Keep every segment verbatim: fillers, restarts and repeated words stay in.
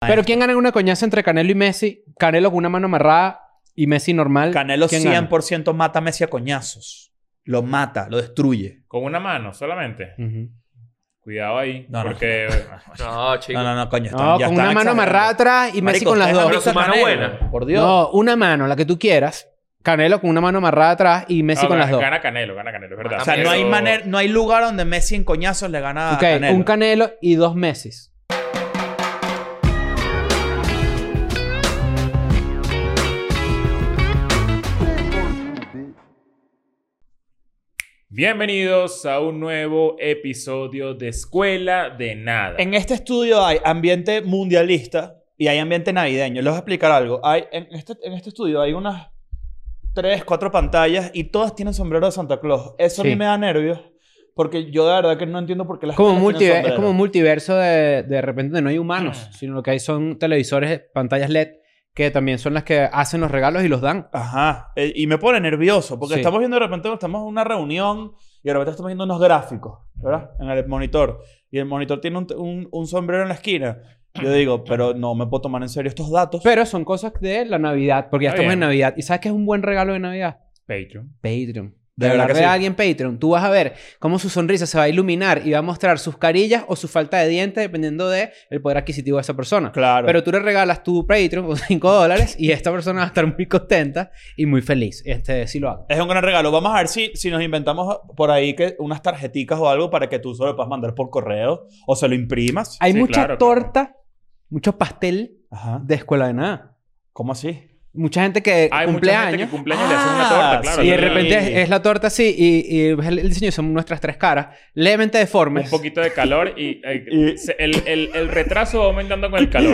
Pero ¿quién gana en una coñaza entre Canelo y Messi? Canelo con una mano amarrada y Messi normal. Canelo ¿quién cien gana? por ciento mata a Messi a coñazos. Lo mata, lo destruye. Con una mano solamente. Uh-huh. Cuidado ahí. No, no. Porque... No, chico. No, no, no, coño. No, ya con están una mano exagerando. amarrada atrás y Messi Marico, con las ¿ustedes han dos. visto Pero su mano Canelo? buena. Por Dios. No, una mano, la que tú quieras. Canelo con una mano amarrada atrás y Messi No, con gana, las dos. Gana Canelo, gana Canelo, es verdad. O sea, no hay, Pero- maner- no hay lugar donde Messi en coñazos le gana Ok, a Canelo. un Canelo y dos Messis. Bienvenidos a un nuevo episodio de Escuela de Nada. En este estudio hay ambiente mundialista y hay ambiente navideño. Les voy a explicar algo. Hay, en, este, en este estudio hay unas tres, cuatro pantallas y todas tienen sombrero de Santa Claus. Eso Sí. a mí me da nervios porque yo de verdad que no entiendo por qué las Como telas multi- tienen es como un sombrero. multiverso de, de repente donde no hay humanos, Mm. sino lo que hay son televisores, pantallas L E D, que también son las que hacen los regalos y los dan. Ajá. Eh, y me pone nervioso porque Sí. estamos viendo de repente, estamos en una reunión y de repente estamos viendo unos gráficos, ¿verdad? En el monitor. Y el monitor tiene un, un, un sombrero en la esquina. Yo digo, pero no me puedo tomar en serio estos datos. Pero son cosas de la Navidad, porque ya Está estamos en bien. Navidad. ¿Y sabes qué es un buen regalo de Navidad? Patreon. Patreon. De De verdad hablar que de sí. alguien Patreon. Tú vas a ver cómo su sonrisa se va a iluminar y va a mostrar sus carillas o su falta de dientes dependiendo del poder adquisitivo de esa persona. Claro. Pero tú le regalas tu Patreon con cinco dólares y esta persona va a estar muy contenta y muy feliz. Este sí lo hago. Es un gran regalo. Vamos a ver si, si nos inventamos por ahí que unas tarjeticas o algo para que tú solo lo puedas mandar por correo o se lo imprimas. Hay Sí, mucha claro, torta, mucho pastel Ajá. de escuela de nada. ¿Cómo así? Mucha gente que Hay cumple mucha gente años. que cumpleaños le hacen Ah, una torta, claro. Y de claro. repente es, es la torta así y, y el, el diseño son nuestras tres caras, levemente deformes. Un poquito de calor y, eh, Y- se- el, el, el retraso va aumentando con el calor.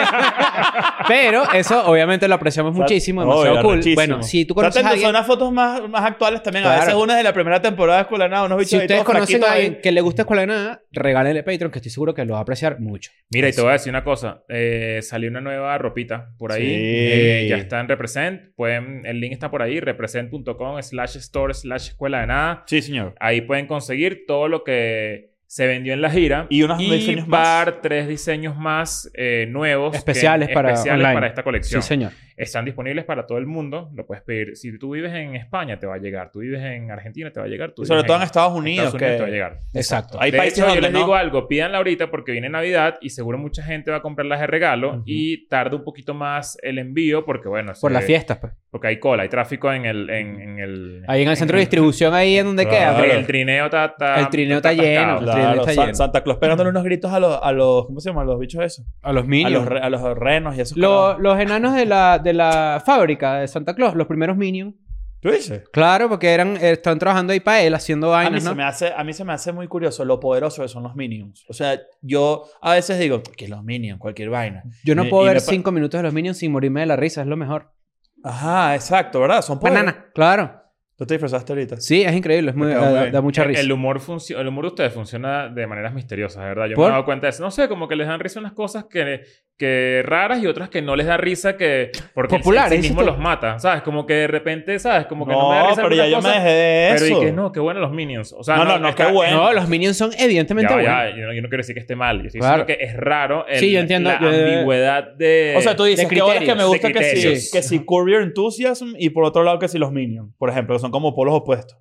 Pero eso obviamente lo apreciamos muchísimo, demasiado Obvio, cool. arrechísimo. Bueno, si tú conoces Traten a de alguien, usar unas fotos más, más actuales también. A Claro. veces una es de la primera temporada de Escuela de Nada, unos bichos si ahí ustedes todos conocen flaquitos a ahí. alguien que le gusta Escuela de Nada, regálenle Patreon, que estoy seguro que lo va a apreciar mucho. Mira, y te voy a decir una cosa. Eh, salió una nueva ropita por ahí. Sí. Eh, ya está en Represent. Pueden, el link está por ahí. represent.com slash store slash escuela de nada. Sí, señor. Ahí pueden conseguir todo lo que se vendió en la gira. Y unos diseños más. par, tres diseños más eh, nuevos. Especiales que- para especiales online. para esta colección. Sí, señor. Están disponibles para todo el mundo. Lo puedes pedir. Si tú vives en España, te va a llegar. Tú vives en Argentina, te va a llegar. Tú Y sobre vives todo en Estados Unidos. Estados Unidos que... te va a llegar. Exacto. Hay de países hecho, yo donde les no. digo algo, pídanla ahorita porque viene Navidad y seguro mucha gente va a comprarlas de regalo Ujú. y tarda un poquito más el envío porque, bueno, Por se- las fiestas, pues. porque hay cola, hay tráfico en el... En, en el Ahí en el centro de distribución, ahí en donde Claro. queda. el trineo está... está- El trineo está lleno. atascado. El trineo Claro, está San- lleno. Santa Claus pegándole unos gritos a los, a los... ¿Cómo se llama? A los bichos esos. A los A Minions. los, re- a los renos y esos. Lo- carajos. los enanos de la, de la fábrica de Santa Claus, los primeros Minions. ¿Tú dices? Claro, porque eran, eh, estaban trabajando ahí para él, haciendo A mí, vainas, se ¿no? me hace, a mí se me hace muy curioso lo poderoso que son los Minions. O sea, yo a veces digo, ¿qué es los Minions? Cualquier vaina. Yo no Y- puedo y ver me pa- cinco minutos de los Minions sin morirme de la risa, es lo mejor. Ajá, exacto, ¿verdad? Son poderosos. Banana, claro. ¿Tú te disfrazaste ahorita? Sí, es increíble, es muy, Me da, cago da- bien. da mucha El, risa. el humor funcio- el humor de ustedes funciona de maneras misteriosas, de verdad. Yo ¿Por? me he dado cuenta de eso. No sé, como que les dan risa unas cosas que, que raras y otras que no les da risa que... Porque el- Populares, el cinismo dices tú. los mata, ¿sabes? Como que de repente, ¿sabes? Como que no, No, me da risa pero ya algunas yo me cosas, dejé de eso. Pero y que no, qué bueno los Minions. O sea, No, no, no, está- qué bueno. No, los Minions son evidentemente Ya, buenos. ya, yo no, yo no quiero decir que esté mal. Yo estoy Claro. diciendo que es raro el- Sí, yo entiendo. la Yo- ambigüedad de... O sea, tú dices de que ahora es que me criterios, gusta de que si, criterios. que si Curb Your Enthusiasm y por otro lado que si los Minions, por ejemplo, que son como polos opuestos.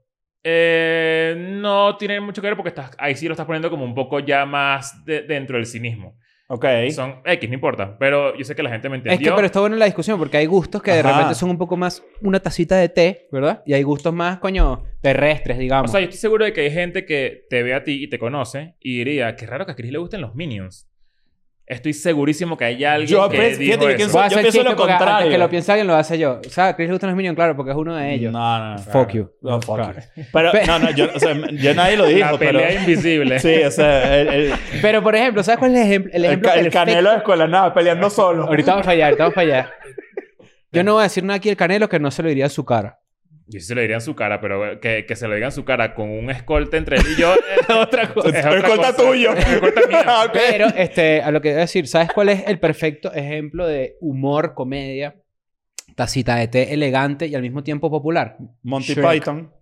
Eh, no tiene mucho que ver porque estás, ahí sí lo estás poniendo como un poco ya más de- dentro del cinismo. Ok. Son X, no importa. Pero yo sé que la gente me Es entendió. que, pero está buena la discusión porque hay gustos que de Ajá. repente son un poco más una tacita de té, ¿verdad? Y hay gustos más, coño, terrestres, O digamos. sea, yo estoy seguro de que hay gente que te ve a ti y te conoce y diría, qué raro que a Chris le gusten los Minions. Estoy segurísimo que hay alguien Yo que pienso- dijo fíjate que eso. quién Voy a yo hacer pienso chiste lo porque antes contrario. que lo piense alguien lo hace yo. O sea, a Chris le gustan los Minions, claro, porque es uno de ellos. No, no, no. Fuck you. No, fuck Claro. you. Pero, no, no, yo, o sea, yo nadie lo dijo, La pero... pelea invisible. Sí, o sea, el, el, Pero, por ejemplo, ¿sabes cuál es el ejemplo? El, el, ejemplo ca- el perfecto? Canelo de Escuela de Nada, peleando solo. Ahorita vamos a fallar, ahorita vamos a fallar. Yo no voy a decir nada aquí del Canelo que no se lo diría a su cara. Yo sí se lo diría en su cara, pero que, que se lo diga en su cara con un escolta entre él y yo es otra cosa. Es El otra escolta cosa. tuyo. El escolta mío. Ah, ok. Pero, este, a lo que voy a decir, ¿sabes cuál es el perfecto ejemplo de humor, comedia, tacita de té elegante y al mismo tiempo popular? Monty Shrek. Python.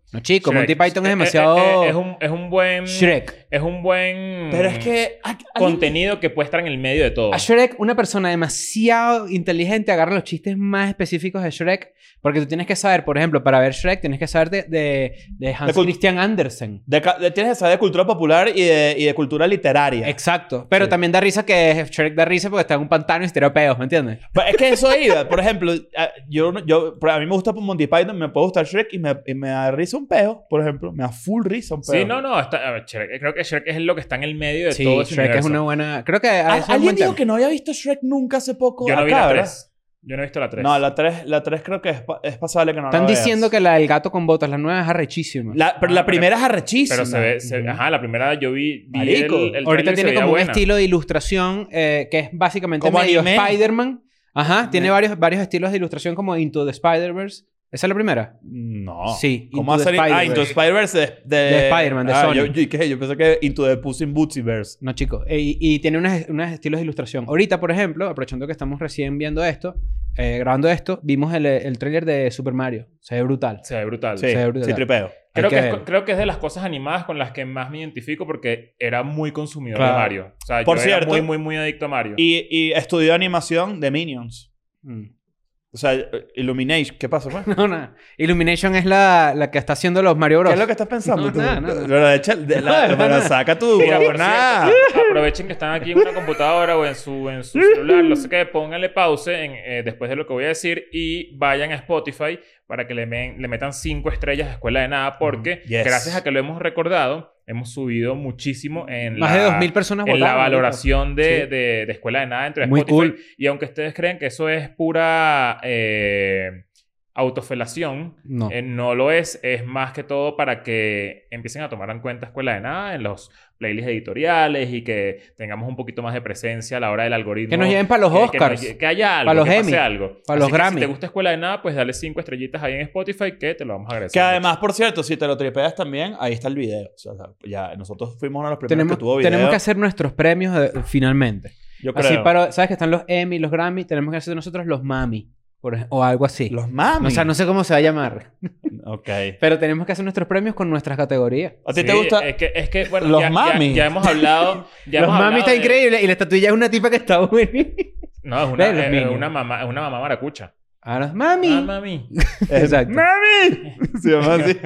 No, chico, Shrek. Monty Python es Eh, eh, demasiado... eh, es, un, es un buen... Shrek. Es un buen... Pero es que... ¿a- alguien- Contenido que puede estar en el medio de todo. A Shrek, una persona demasiado inteligente agarra los chistes más específicos de Shrek. Porque tú tienes que saber, por ejemplo, para ver Shrek, tienes que saber de, de, de Hans De cult- Christian Andersen. De ca- de- tienes que saber de cultura popular y de, y de cultura literaria. Exacto. Pero Sí. también da risa que Shrek da risa porque está en un pantano y stereo peos, ¿me entiendes? Pues es que eso iba. Por ejemplo, a- yo, no- yo, a mí me gusta Monty Python, me puede gustar Shrek y me, y me da risa un peo, por ejemplo. Me da full risa un peo. Sí, no, no. Está, a ver, Shrek- creo que Shrek es lo que está en el medio de Sí, todo ese Shrek universo. es una buena... Creo que... ¿Al- eso es un ¿Alguien buen dijo tema. que no había visto Shrek nunca hace poco? Yo no vi acá, la ¿verdad? tres. Yo no he visto la tres. No, la tres, la tres creo que es, pa- es pasable que no Están la veas. diciendo que la del gato con botas, la nueva es arrechísima. La, pero Ah, la pero- primera es arrechísima. Pero se ve... se- Ujú. Ajá, la primera yo vi... vi Marico. el, el Ahorita trailer y se tiene veía como un buena. estilo de ilustración eh, que es básicamente Como medio anime. Spider-Man. Ajá, tiene varios, varios estilos de ilustración como Into the Spider-Verse. ¿Esa es la primera? No. Sí, ¿Cómo Into va a the salir? Ah, Spider-Verse. Into the Spider-Verse de... De, De Spider-Man, de ah, Sony. Yo, yo, ¿qué? Yo pensé que Into the Puss in Bootsy-verse. No, chico. E- Y, y tiene unos, unos estilos de ilustración. Ahorita, por ejemplo, aprovechando que estamos recién viendo esto, eh, grabando esto, vimos el, el tráiler de Super Mario. Se ve brutal. Se ve brutal. Sí, Se ve brutal. sí, tripeo. Creo Hay que, que es, ver. creo que es de las cosas animadas con las que más me identifico porque era muy consumidor Claro. de Mario. O sea, Por yo cierto, era muy, muy, muy adicto a Mario. Y, y estudió animación de Minions. Mm. O sea, Illumination. ¿Qué pasa, pues? No, nada. Illumination es la, la que está haciendo los Mario Bros. ¿Qué es lo que estás pensando No, tú? nada, nada. Pero echa- de la- No, pero nada. saca tu Mira, por huevonada. cierto, aprovechen que están aquí en una computadora o en su, en su celular, no sé qué, pónganle pause en, eh, después de lo que voy a decir y vayan a Spotify para que le, men- le metan cinco estrellas a Escuela de Nada porque Yes. gracias a que lo hemos recordado, hemos subido muchísimo en Más la, de dos mil personas en la votaron. valoración de, Sí. de, de Escuela de Nada entre Muy Spotify. cool. Y aunque ustedes creen que eso es pura eh, autofelación, No. eh, no lo es. Es más que todo para que empiecen a tomar en cuenta Escuela de Nada en los playlists editoriales y que tengamos un poquito más de presencia a la hora del algoritmo. Que nos lleven para los Que- que Oscars. nos lle- Que, haya algo, Para los que pase Emmy. algo. Para Así los que Grammy. Si te gusta Escuela de Nada, pues dale cinco estrellitas ahí en Spotify que te lo vamos a agradecer. Que mucho. además, por cierto, si te lo tripeas también, ahí está el video. O sea, ya nosotros fuimos uno de los primeros Tenemos, que tuvo video. tenemos que hacer nuestros premios eh, finalmente. Yo creo. Así para... ¿Sabes que están los Emmy, los Grammy? Tenemos que hacer nosotros los Mami. Por ej- o algo así. Los mami. O sea, no sé cómo se va a llamar. Ok. Pero tenemos que hacer nuestros premios con nuestras categorías. ¿A ti Sí, te gusta? Es que, es que bueno, Los ya, ya- mami. Ya, hemos hablado. Ya los hemos Mami hablado está de- increíble. Y la estatuilla es una tipa que está buena. No, es una, Ve, los es Minions. una mamá, es una mamá maracucha. Ah, los Mami. Ah, mami. Exacto. ¡Mami! Se llama así.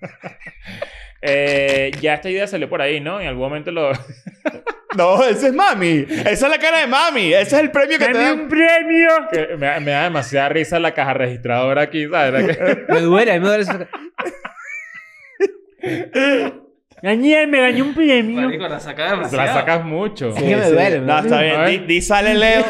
Eh, ya esta idea salió por ahí, ¿no? En algún momento lo... No, ese es mami. Esa es la cara de mami. Ese es el premio que te dan. premio! Que me, da- me da demasiada risa la caja registradora aquí, ¿sabes? Me duele, me duele. eso. Gañé, me gañé un premio. Marico, la saca La demasiado. sacas mucho. Sí, que me duele, me No, duele. está A bien. ver. Di, di sale Leo.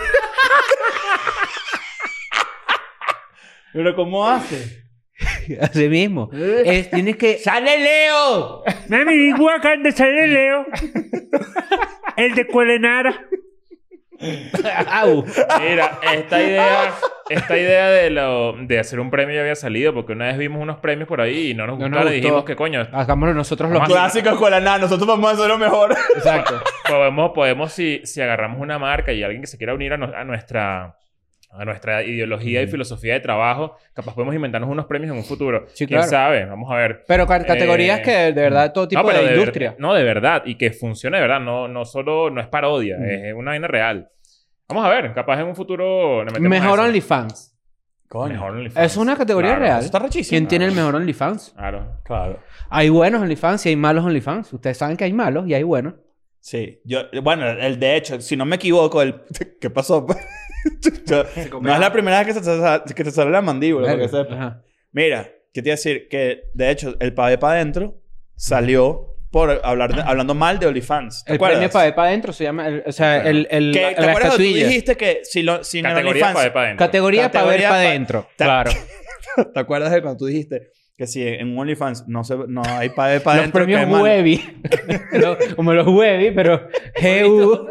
Pero ¿cómo hace? Así mismo. Es- tienes que... ¡Sale Leo! Mami, vi Wakanda, sale Leo. El de Cuelenara. Au. Mira, esta idea, esta idea de, lo, de hacer un premio ya había salido porque una vez vimos unos premios por ahí y no nos No nos gustaron y gustó. dijimos que coño, Hagámoslo nosotros los... Más- Clásico escuela nada. Nosotros vamos a hacer lo mejor. Exacto. podemos, podemos si, si agarramos una marca y alguien que se quiera unir a, no- a nuestra... a nuestra ideología y filosofía de trabajo, capaz podemos inventarnos unos premios en un futuro. Sí, ¿Quién claro. sabe? Vamos a ver. Pero ca- categorías Eh, que de verdad todo tipo no, pero de, ver- industria. no, de verdad. Y que funcione de verdad. No, no solo... No es parodia. Mm. Es una vaina real. Vamos a ver. Capaz en un futuro... le metemos Mejor a eso. OnlyFans. Coño. Mejor OnlyFans. Es una categoría Claro, real. Eso está rechísimo. ¿Quién tiene el Claro. mejor OnlyFans? Claro. Claro. Hay buenos OnlyFans y hay malos OnlyFans. Ustedes saben que hay malos y hay buenos. Sí. Yo, bueno, el de hecho, si no me equivoco, el... ¿Qué pasó? Yo- no es la primera vez que, se, que te sale la mandíbula, para que sepas. Ajá. Mira, ¿qué te iba a decir? Que, de hecho, el pavé para adentro salió por hablar de- hablando mal de OnlyFans. ¿Te El acuerdas? premio para para adentro se llama... el- o sea, el, el, Que, la, ¿te la acuerdas que tú estatuilla. dijiste que si, lo, si en el Categoría OnlyFans... para para adentro. Categoría para ver Categoría para pa- adentro. Ta- Claro. ¿Te acuerdas de cuando tú dijiste que si en un OnlyFans no, se, no hay pavé para Los adentro? premios que es malo? Webby. Lo- Como los Webby, pero... G U...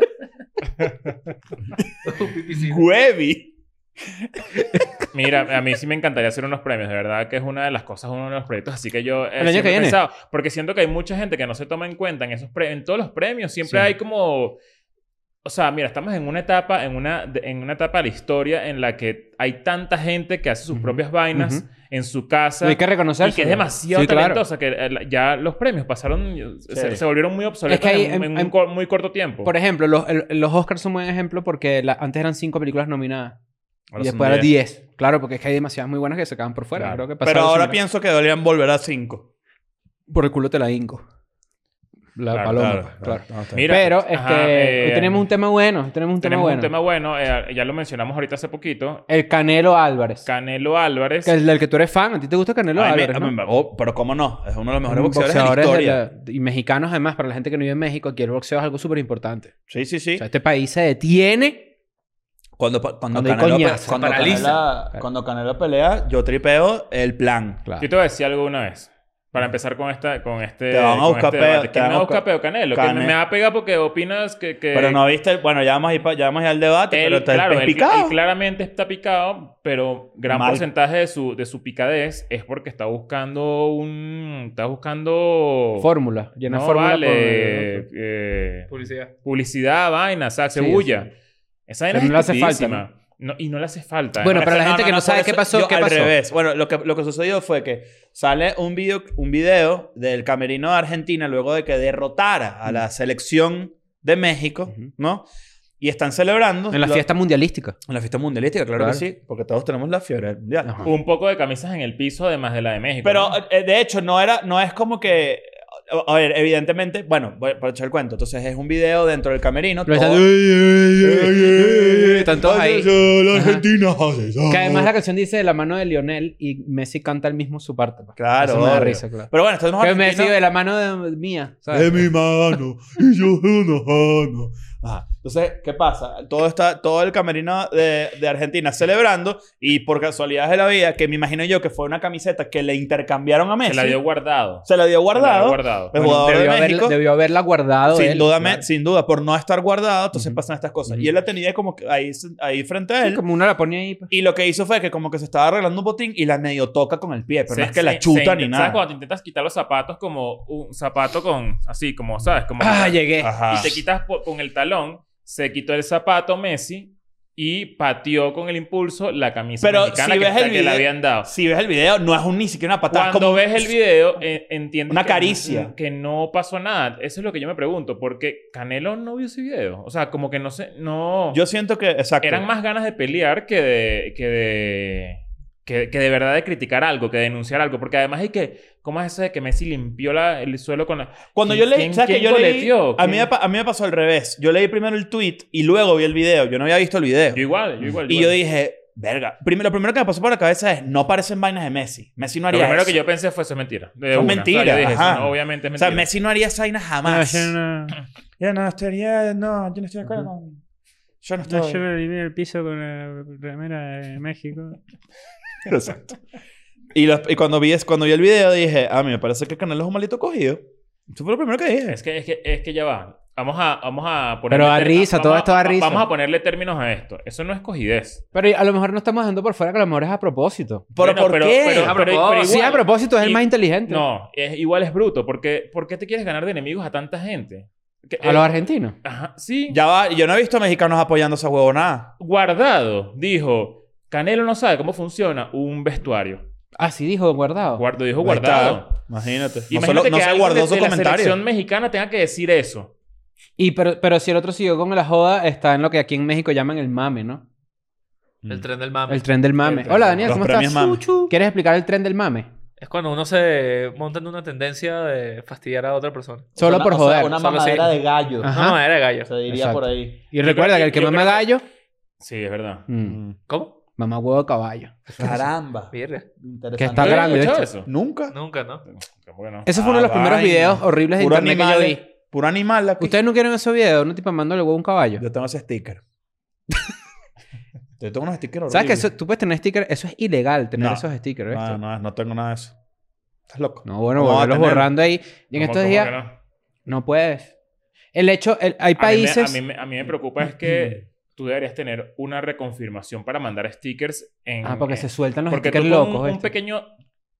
Webby. Mira, a mí sí me encantaría hacer unos premios. De verdad que es una de las cosas, uno de los proyectos. Así que yo eh, El año siempre que he viene. pensado... Porque siento que hay mucha gente que no se toma en cuenta en esos pre- en todos los premios. Siempre Sí. hay como... O sea, mira, estamos en una etapa, en una, de- en una etapa de la historia en la que hay tanta gente que hace sus Ujú, propias vainas. ujú. en su casa. Hay que reconocerlo. Y que es demasiado Sí, claro. talentosa. Que eh, ya los premios pasaron... Se, Sí. se volvieron muy obsoletos Es que hay- en, en hay- un cor- muy corto tiempo. Por ejemplo, los, el- los Oscars son un buen ejemplo porque la- antes eran cinco películas nominadas. Ahora y son después eran diez. diez. Claro, porque es que hay demasiadas muy buenas que se quedan por fuera. Claro. Creo que pasa Pero algo ahora similar. pienso que deberían volver a cinco. Por el culo te la hinco. La Claro, paloma. Claro, pues, claro. claro. No, está bien. Mira, Pero ajá, este, eh, hoy tenemos un tema bueno. hoy Tenemos un tema Tenemos bueno. un tema bueno. eh, ya lo mencionamos ahorita hace poquito. El Canelo Álvarez. Canelo Álvarez. Que es del que tú eres fan. ¿A ti te gusta Canelo A mí me- Álvarez, a mí no? me- oh, pero cómo no, es uno de los mejores Un boxeadores, de la boxeadores historia. de la- y mexicanos además, para la gente que no vive en México, aquí el boxeo es algo súper importante. Sí, sí, sí. O sea, este país se detiene. Cuando, cuando, Cuando hay Canelo, coñazo, cuando, paraliza. Canela- cuando Canelo pelea, yo tripeo el plan. Claro. Yo te voy a decir algo una vez. Para empezar con esta, con este, Te van a con buscar este peo, debate. te ¿Quién van me a busca buscar- peo? Canelo. Que Cane- me va a pegar porque opinas que... que Pero no viste, bueno, ya vamos a ir, pa- ya vamos a ir al debate, él, pero te claro, es él, picado. él claramente está picado, pero gran Mal. porcentaje de su, de su picadez es porque está buscando un... Está buscando... Fórmula. Llena no, fórmula vale. por- eh, Publicidad. publicidad, vaina, saxe, Sí, bulla. Esa vaina Pero es no le hace falta, estupidísima. No, y no le hace falta. Bueno, ¿eh? pero la gente que no sabe por qué eso pasó, yo ¿qué al pasó? revés. Bueno, lo que, lo que sucedió fue que sale un video, un video del camerino de Argentina luego de que derrotara a la selección de México, Ujú. ¿no? Y están celebrando... En la lo- fiesta mundialística. En la fiesta mundialística, claro, Claro. que sí. Porque todos tenemos la fiebre del mundial. Ajá. Un poco de camisas en el piso, además de la de México. Pero, ¿no? eh, de hecho, no era... No es como que... A ver, evidentemente... Bueno, voy para echar el cuento. Entonces, es un video dentro del camerino. Lo todo- están- Están todos ahí. La Ajá. Argentina hace eso. Que además la canción dice de la mano de Lionel y Messi canta el mismo su parte. pues. Claro, Eso me da obvio. risa, claro. Pero bueno, estamos Que argentinos. Messi de la mano de mía. De ¿sabes? mi mano y yo una mano. Ajá. Entonces, ¿qué pasa? Todo está, todo el camerino de, de Argentina celebrando y por casualidad de la vida, que me imagino yo que fue una camiseta que le intercambiaron a Messi. Se la dio guardado. Se la dio guardado. Se la dio guardado. El Bueno, jugador debió, de haber- México. debió haberla guardado. Sin él, duda, claro. me- sin duda, por no estar guardado, entonces Ujú. pasan estas cosas. Ujú. Y él la tenía como que ahí, ahí frente a Sí, él. como uno la pone ahí. pues. Y lo que hizo fue que como que se estaba arreglando un botín y la medio toca con el pie. Pero Se- no es que la se- chuta se ni intenta- nada. ¿Sabes cuando te intentas quitar los zapatos como un zapato con... Así, como, ¿sabes? Como Ah, llegué. Ajá. y te quitas po- con el talón, se quitó el zapato Messi y pateó con el impulso la camisa Pero mexicana si que, ves el que le video- habían dado. Si ves el video, no es un, ni siquiera una patada. es Cuando como- ves el video, eh, entiendes Una que- caricia. Que, no pasó nada. Eso es lo que yo me pregunto. Porque Canelo no vio ese video. O sea, como que no sé... No... Yo siento que... Exacto. Eran más ganas de pelear que de... Que de... Que, que de verdad de criticar algo, que de denunciar algo. Porque además hay que... ¿Cómo es eso de que Messi limpió la- el suelo con la... Cuando ¿Quién- yo leí, quién- ¿sabes que quién yo leí? coleteó? A mí, ¿Quién? me, pa- a mí me pasó al revés. Yo leí primero el tweet y luego vi el video. Yo no había visto el video. Yo igual, yo igual. y igual. yo dije, verga. Primero, lo primero que me pasó por la cabeza es, no parecen vainas de Messi. Messi no Lo haría primero eso. que yo pensé fue eso es mentira. De Son una. mentiras, O sea, yo dije, eso, ajá. no, obviamente es O mentira. sea, Messi no haría esa vaina jamás. No, yo no, Ya no estaría... No, yo no estoy de acuerdo con... Yo no estoy... no, yo me eliminé el piso con la remera de México. Exacto. Y, los- y cuando, vi, es- cuando vi el video dije, ah, me parece que Canelo es un malito cogido. Eso fue lo primero que dije. Es que, es que, es que ya va. Vamos a, vamos a ponerle... Pero da ter- risa, vamos todo a- esto da risa. Vamos a ponerle términos a esto. Eso no es cogidez. Pero a lo mejor no estamos dejando por fuera que a lo mejor es a propósito. ¿Pero Bueno, por pero- qué? pero- A pero- propósito. pero Sí, igual. a propósito, es el Y- más inteligente. No, es, igual es bruto. Porque, ¿por qué te quieres ganar de enemigos a tanta gente? Que- A eh, los argentinos. Ajá, sí. Ya va, yo no he visto mexicanos apoyando esa huevonada. Guardado dijo... Canelo no sabe cómo funciona un vestuario. Ah, sí, dijo guardado. Guardo dijo Ahí guardado. está. Imagínate. No, Imagínate solo, no que se alguien guardó de, su de la comentario. selección mexicana tenga que decir eso. Y pero, pero si el otro siguió con la joda, está en lo que aquí en México llaman el mame, ¿no? El tren del mame. El tren del mame. El tren Hola, del Daniel, Los ¿cómo premios estás? mame. Chuchu. ¿Quieres explicar el tren del mame? Es cuando uno se monta en una tendencia de fastidiar a otra persona. Solo por joder. Una Solo mamadera sí. de gallo. Ajá. No, no, era de gallo. Se diría Exacto. por ahí. Y recuerda creo que el que- que yo mama creo que- gallo, Sí, es verdad. mm, ¿Cómo? mamá huevo de caballo. Caramba. Mierda. Interesante. Que está ¿Tú habías grande, escuchado ¿viste? eso? Nunca. Nunca, ¿no? ¿Cómo que no? Ese fue uno de los Ah, primeros vaina. videos horribles de Puro internet que yo animal. vi. Puro animal aquí. ¿Ustedes no quieren esos videos? Una tipa mandándole huevo a un caballo. Yo tengo ese sticker. Yo tengo unos stickers ¿Sabes que horribles. eso, tú puedes tener stickers? Eso es ilegal, tener No. esos stickers, ¿ves? No, no, no tengo nada de eso. Estás loco. No, bueno, ¿Cómo vas a volverlos tener? borrando ahí. Y en ¿Cómo- estos cómo días, que no? no puedes. El hecho, el- hay A mí me- países... A mí, me, a mí me preocupa es que tú deberías tener una reconfirmación para mandar stickers en... Ah, porque en- se sueltan los porque stickers tú con locos, un, un ¿viste? pequeño...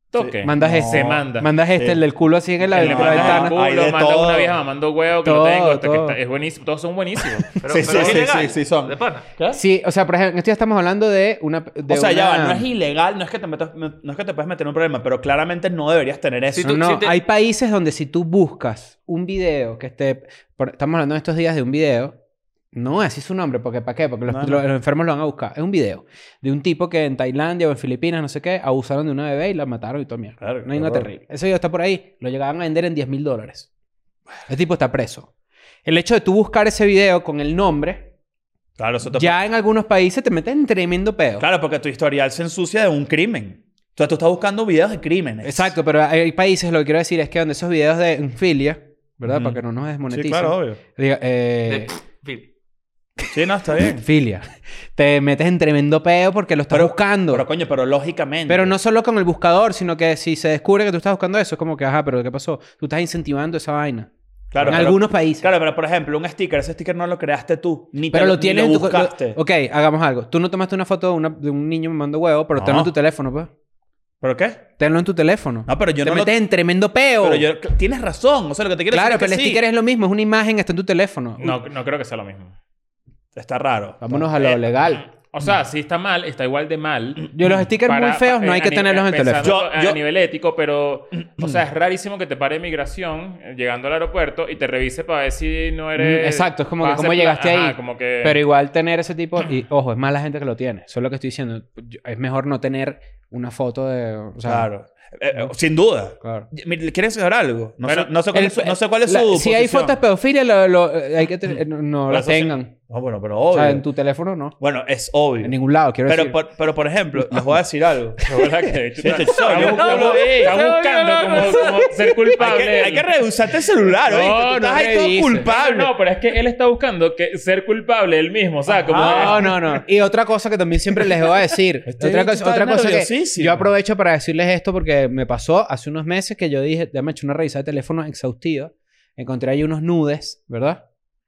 Toque. Mandas No. este. Se manda. Mandas este, Sí. el del culo así en la, Le en la mandas mandas el ventana. Hay culo, de manda todo. una vieja mamando huevo que Todo, lo tengo. hasta que todo. está- es buenísimo. Todos son buenísimos. Pero, Sí, pero sí, es sí, ilegal. sí, sí, son. De pana. ¿Qué? Sí, o sea, por ejemplo, en esto ya estamos hablando de una... de O sea, ya va, una- no es ilegal, no es que te metas, no es que te puedes meter en un problema, pero claramente no deberías tener eso. Si No, tú- no, si te- hay países donde si tú buscas un video que esté... por- estamos hablando en estos días de un video. No así su nombre, porque ¿para qué? Porque los, No, no. los- los enfermos lo van a buscar. Es un video de un tipo que en Tailandia o en Filipinas, no sé qué, abusaron de una bebé y la mataron y todo mierda. Claro, no hay qué nada horror. terrible. Ese video está por ahí. Lo llegaban a vender en diez mil dólares. El tipo está preso. El hecho de tú buscar ese video con el nombre, Claro, eso te ya en algunos países te metes en tremendo peo. Claro, porque tu historial se ensucia de un crimen. Entonces tú estás buscando videos de crímenes. Exacto, pero hay países, lo que quiero decir es que donde esos videos de enfilia, ¿verdad? Ujú. Para que no nos desmoneticen. Sí, claro, obvio. Diga, eh, De- Fin. Sí, no, está bien. Filia. Te metes en tremendo peo porque lo estás Pero- buscando. Pero Pero, coño, pero lógicamente. no solo con el buscador, sino que si se descubre que tú estás buscando eso, es como que, ajá, pero ¿qué pasó? Tú estás incentivando esa vaina. Claro, en pero- algunos países. Claro, pero por ejemplo, un sticker, ese sticker no lo creaste tú. Ni pero te lo ni tienes lo en tu... buscaste. lo- ok, hagamos algo. Tú no tomaste una foto de, una- de un niño mamando huevo, pero No. tenlo en tu teléfono, pues. ¿Pero qué? Tenlo en tu teléfono. No, pero yo te no lo- metes en tremendo peo. Pero yo... Tienes razón. O sea, lo que te quiero Claro, decir pero es el que sí. sticker es lo mismo. Es una imagen, está en tu teléfono. No, no creo que sea lo mismo. Está raro. Vámonos a lo Eh, legal. O sea, sí está mal, está igual de mal. Yo los stickers muy Para- feos pa- no hay a que ni- tenerlos en pensando teléfono. Yo- a yo- nivel ético, pero... O sea, es rarísimo que te pare migración eh, llegando al aeropuerto y te revise para ver si no eres... Mm, exacto, es como que vas a cómo ser llegaste pla- ahí. Ajá, como que... Pero igual tener ese tipo... Y, ojo, es más la gente que lo tiene. Eso es lo que estoy diciendo. Yo- Es mejor no tener una foto de... O sea, Claro. Eh, eh, sin duda. claro. Mire, ¿quieres saber algo? No, Bueno, sé, no, sé cuál El- es, su- no sé cuál es la- su Si hay posición. fotos de pedofilia, lo, lo- eh, hay que tener- no, no Pero las eso sí- tengan. Ah, bueno, pero O obvio. sea, en tu teléfono no. Bueno, es obvio. En ningún lado, quiero pero, decir. por, pero, por ejemplo, les voy a decir algo. Es verdad que de hecho Sí, está, te- yo- está yo- buscando, yo- está yo- buscando yo- como, como ser Hay culpable. que, hay que rehusarte el celular, ¿oíste? Tú no estás ahí todo revises. culpable. No, no, pero es que él está buscando que ser culpable él mismo. O sea, como... No, no, no. Y otra cosa que también siempre les voy a decir. Este otra bicho cosa, está otra cosa que nerviosísimo. yo aprovecho para decirles esto porque me pasó hace unos meses que yo dije, déjame echar una revisada de teléfono exhaustiva. Encontré ahí unos nudes, ¿verdad?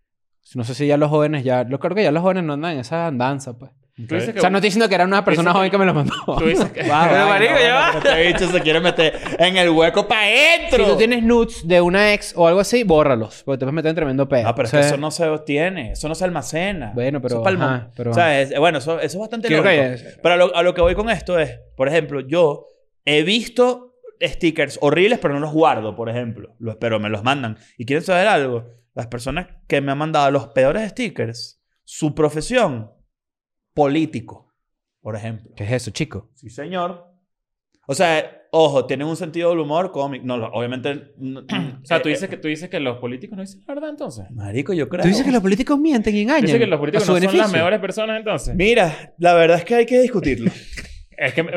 No sé si ya los jóvenes ya... Yo creo que ya los jóvenes no andan en esa andanza, pues. Tú dices que... O sea, no estoy diciendo que era una persona Dice joven que- que me lo mandó. Tú dices que... Va, Pero, va, marico, no, ya bueno, va. Este bicho se quiere meter en el hueco para adentro. Si tú tienes nudes de una ex o algo así, bórralos. Porque te puedes meter en tremendo peo. No, pero es O sea, que eso no se obtiene. Eso no se almacena. Bueno, pero- Eso es pa'l ajá, mon- pero- O sea, es- bueno, eso, eso es bastante Quiero lógico. que- Pero a lo, a lo que voy con esto es... Por ejemplo, yo he visto stickers horribles, pero no los guardo, por ejemplo. Los, pero me los mandan. ¿Y quieren saber algo? Las personas que me han mandado los peores stickers, su profesión, político, por ejemplo. ¿Qué es eso, chico? Sí, señor. O sea, ojo, tienen un sentido del humor cómico. No, lo- obviamente... no- O sea, tú eh, dices que, tú dices que los políticos no dicen la verdad, entonces. Marico, yo creo... Tú dices que los políticos mienten y engañan. Dices que los políticos a su no son las beneficio. mejores personas, entonces. Mira, la verdad es que hay que discutirlo. Es que me,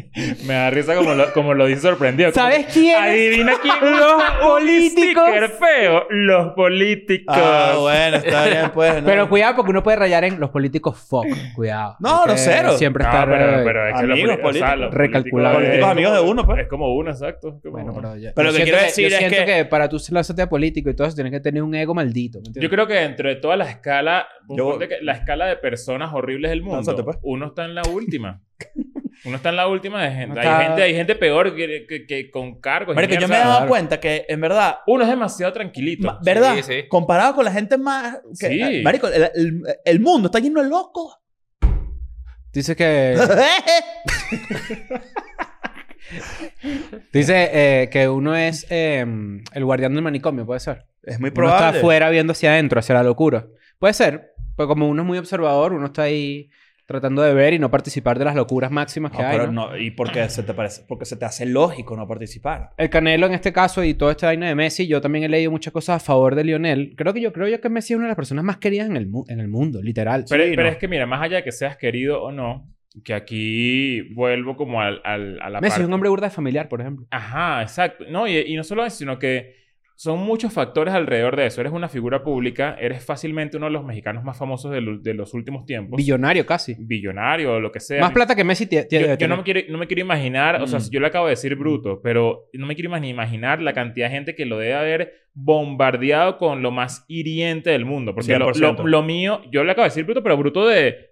me da risa como lo, como lo dice sorprendido. Como ¿Sabes que, quién? Adivina quién Los usa un políticos. sticker feo. Los políticos. Ah, bueno, está bien, pues. ¿no? Pero cuidado porque uno puede rayar en los políticos fuck. Cuidado. No, Hay no, que cero. Siempre No, estar... pero, pero es que los amigos poli- o sea, políticos. los Recalculado. Políticos es- amigos de uno, pues. Es como uno, exacto. Como- Bueno, pero ya. Pero yo lo que siento quiero decir yo es siento que- para tú lanzarte a político y todo eso tienes que tener un ego maldito. ¿me entiendes? Yo creo que dentro de toda la escala, Yo- ponte que la escala de personas horribles del mundo, Lánzate, pues. uno está en la última. Uno está en la última de gente. Uno Hay está- gente, hay gente peor que, que, que con cargos. y Marico, yo mierda. me he dado claro. cuenta que, en verdad... Uno es demasiado tranquilito. ma- ¿Verdad? Sí, sí. Comparado con la gente más... que- Sí. eh, Marico, el, el- el mundo está lleno de locos. Dice que... Dice eh, que uno es eh, el guardián del manicomio, puede ser. es muy Uno probable. está afuera viendo hacia adentro, hacia la locura. Puede ser. Pero como uno es muy observador, uno está ahí tratando de ver y no participar de las locuras máximas que No, hay, pero ¿no? no, y porque se te parece, porque se te hace lógico no participar. El Canelo en este caso y toda esta vaina de Messi, yo también he leído muchas cosas a favor de Lionel. Creo que yo creo yo que Messi es una de las personas más queridas en el, mu- en el mundo, literal. Pero, Sí, pero no. es que mira, más allá de que seas querido o no, que aquí vuelvo como al, al- a la Messi parte... es un hombre burda de familiar, por ejemplo. Ajá, exacto. No, y, y no solo eso, sino que son muchos factores alrededor de eso. Eres una figura pública, eres fácilmente uno de los mexicanos más famosos de, lo- de los últimos tiempos. Billonario casi. Billonario o lo que sea. Más plata que Messi tie- tie- Yo, debe yo tener. no, me quiero, no me quiero imaginar, o sea, Mm. yo le acabo de decir bruto, pero no me quiero ima- ni imaginar la cantidad de gente que lo debe haber bombardeado con lo más hiriente del mundo. Porque cien lo, por ciento. lo- lo mío, yo le acabo de decir bruto, pero bruto de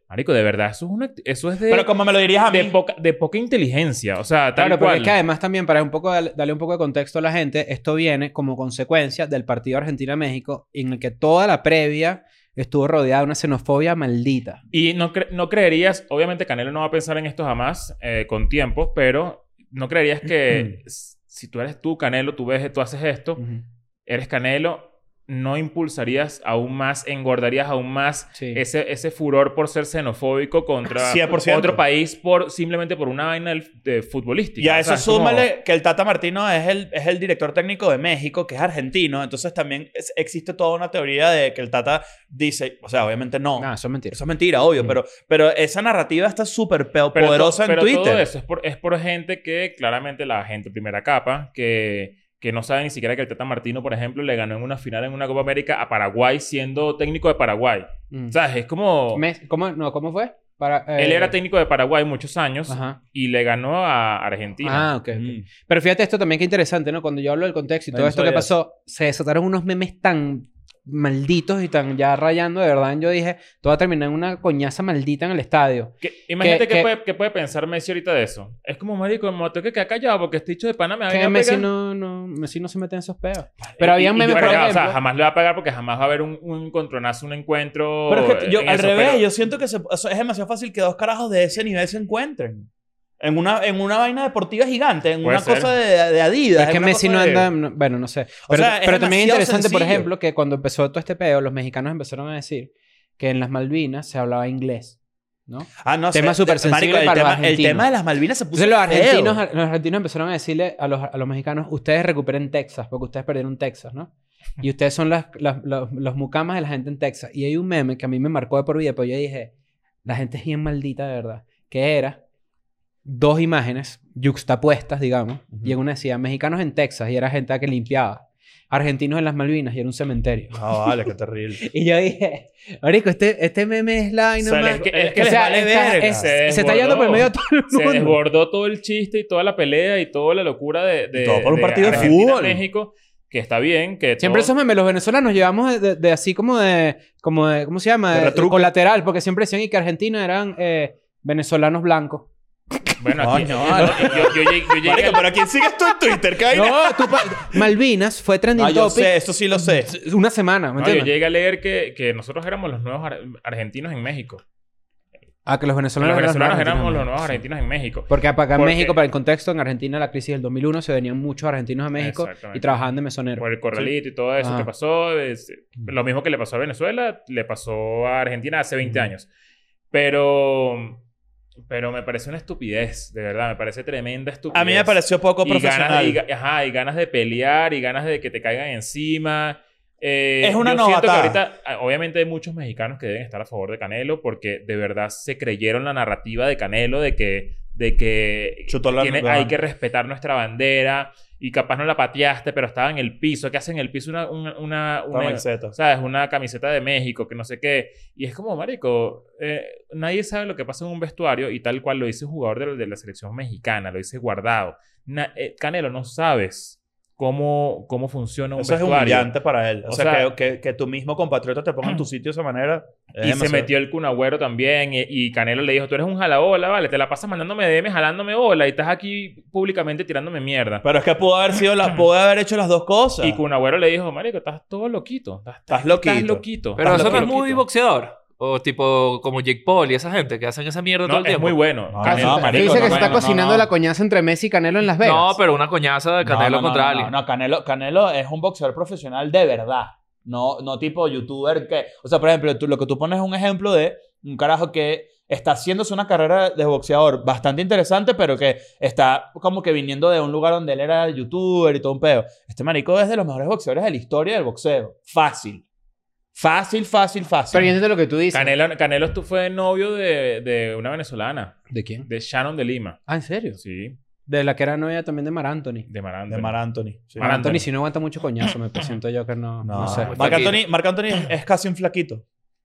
Marico, de verdad, eso es, una, eso es de, Pero como me lo dirías a mí. de, poca, de poca inteligencia. O sea, tal Claro, pero cual. es que además también, para un poco darle darle un poco de contexto a la gente, esto viene como consecuencia del partido Argentina-México, en el que toda la previa estuvo rodeada de una xenofobia maldita. Y no, cre- no creerías, obviamente Canelo no va a pensar en esto jamás, eh, con tiempo, pero no creerías que s- si tú eres tú, Canelo, tú ves, tú haces esto, Ujú. eres Canelo, no impulsarías aún más, engordarías aún más Sí. ese, ese furor por ser xenofóbico contra cien por ciento. otro país por, simplemente por una vaina del- de futbolística. Y a O eso sea, es como- súmale que el Tata Martino es el, es el director técnico de México, que es argentino. Entonces también es- existe toda una teoría de que el Tata dice... O sea, obviamente no. No, eso es mentira. Eso es mentira, obvio. Mm. Pero, pero esa narrativa está súper pe- Pero poderosa to- en pero Twitter. todo eso es por, es por gente que, claramente, la gente primera capa, que, que no sabe ni siquiera que el Tata Martino, por ejemplo, le ganó en una final en una Copa América a Paraguay siendo técnico de Paraguay. Mm. O sea, es como... Mes- ¿Cómo, no, ¿cómo fue? Para, eh, Él era técnico de Paraguay muchos años Ajá. y le ganó a Argentina. Ah, ok. ok. Mm. Pero fíjate esto también que interesante, ¿no? Cuando yo hablo del contexto y todo No esto que sabía pasó, se desataron unos memes tan malditos y tan ya rayando, de verdad. Yo dije, todo va a terminar en una coñaza maldita en el estadio. Que- imagínate que- qué que- puede, qué puede pensar Messi ahorita de eso. Es como, marico, me tengo que quedar callado porque este dicho de pana me va a Que venir a Messi pegar. no, no, Messi no se mete en esos peos. Pero Y- había y memes, yo por Pero, creo- o sea, ejemplo... jamás le va a pegar porque jamás va a haber un, un encontronazo, un encuentro. Pero es que yo, en al eso, revés, pero- yo siento que se- eso es demasiado fácil que dos carajos de ese nivel se encuentren. En una, en una vaina deportiva gigante, en Puede una ser. cosa de, de Adidas. Es que en una Messi cosa no de- anda... no- bueno, no sé. Pero, sea, es pero también es demasiado interesante, por sencillo. ejemplo, que cuando empezó todo este peo, los mexicanos empezaron a decir que en las Malvinas se hablaba inglés, ¿no? Ah, no Tema sé. súper de- marico, sensible el para los tema, el argentinos. tema de las Malvinas se puso Entonces los feo. argentinos, los argentinos empezaron a decirle a los, a los mexicanos, ustedes recuperen Texas, porque ustedes perdieron Texas, ¿no? Y ustedes son las, las- los, los mucamas de la gente en Texas. Y hay un meme que a mí me marcó de por vida, pero yo dije, la gente es bien maldita de verdad. Que era dos imágenes yuxtapuestas, digamos, y en una decía mexicanos en Texas y era gente que limpiaba. Argentinos en las Malvinas y era un cementerio. Ah, vale, qué terrible. Y yo dije, marico, este, este meme es la... y no Se más- les- que- es que o les sea, vale está- verga. es- Se se está desbordó. yendo por el medio de todo el Se mundo. desbordó todo el chiste y toda la pelea y toda la locura de, de, Todo por un de partido de Argentina, fútbol. México, que está bien, que Siempre todo- esos memes, los venezolanos llevamos de, de- de así como de, como de, ¿cómo se llama? De De- retruque. colateral, porque siempre decían y que Argentina eran eh, venezolanos blancos. Bueno, aquí... Coño, yo, vale. yo, yo llegué- yo llegué Marico, al- pero ¿a quién sigues tú en Twitter? ¿Qué hay? No, tú pa- Malvinas fue trending Ah, yo topic sé, eso sí lo sé. una semana, ¿me no, yo entiendes? llegué a leer que, que nosotros éramos los nuevos ar- argentinos en México. Ah, que los Los venezolanos, eran venezolanos argentinos. éramos los nuevos Sí. argentinos en México. Porque para acá en Porque- México, para el contexto, en Argentina, la crisis del dos mil uno, se venían muchos argentinos a México Exactamente. y trabajaban de mesoneros. Por el corralito y todo eso Ajá. que pasó. es- lo mismo que le pasó a Venezuela, le pasó a Argentina hace veinte Ujú. años. Pero... Pero me parece una estupidez, de verdad. Me parece tremenda estupidez. A mí me pareció poco y ganas, profesional. y, ga- ajá, y ganas de pelear y ganas de que te caigan encima. Eh, Es una yo siento que novatada. ahorita, ah, obviamente hay muchos mexicanos que deben estar a favor de Canelo porque de verdad se creyeron la narrativa de Canelo de que, de que Chutó la- tiene- la- hay que respetar nuestra bandera y capaz no la pateaste, pero estaba en el piso. ¿Qué hacen en el piso? Una, una, una, una- Camiseta. ¿sabes? Una camiseta de México, que no sé qué. Y es como, marico, eh, nadie sabe lo que pasa en un vestuario y tal cual lo dice un jugador de, de la selección mexicana, lo dice Guardado. Na- eh, Canelo, no sabes cómo, cómo funciona un Eso es vestuario. humillante para él. O, O sea, sea- que, que, que tu mismo compatriota te ponga en tu sitio de esa manera. es Y se demasiado. metió el Kun Agüero también. Y, y Canelo le dijo, tú eres un jalabola, vale. Te la pasas mandándome D M, jalándome bola. Y estás aquí públicamente tirándome mierda. Pero es que pudo haber sido las, pudo haber hecho las dos cosas. Y Kun Agüero le dijo, marico, estás todo loquito. Estás, Estás loquito. Estás loquito. Pero estás eso no es loquito. muy boxeador. O tipo como Jake Paul y esa gente que hacen esa mierda todo No, el es tiempo. muy bueno. No, Canelo- no, Tú marico, dices que no, se está no, no, cocinando no. la coñaza entre Messi y Canelo en Las Vegas. No, pero una coñaza de No, Canelo no, no, contra no, alguien. No, no, Canelo, Canelo es un boxeador profesional de verdad. No, no tipo youtuber que... O sea, por ejemplo, tú, lo que tú pones es un ejemplo de un carajo que está haciéndose una carrera de boxeador bastante interesante, pero que está como que viniendo de un lugar donde él era youtuber y todo un peo. Este marico es de los mejores boxeadores de la historia del boxeo. Fácil. Fácil, fácil, fácil. Pero yo entiendo lo que tú dices. Canelo, Canelo tú fue novio de, de una venezolana. ¿De quién? De Shannon de Lima. Ah, ¿en serio? Sí. De la que era novia también de Mar Anthony. De Mar Anthony. De Mar Anthony. Sí. Mar Mar Anthony, Anthony. si no aguanta mucho coñazo, me siento yo que no, no, No, sé. Marc flaquito. Anthony, Marc Anthony es, es casi un flaquito.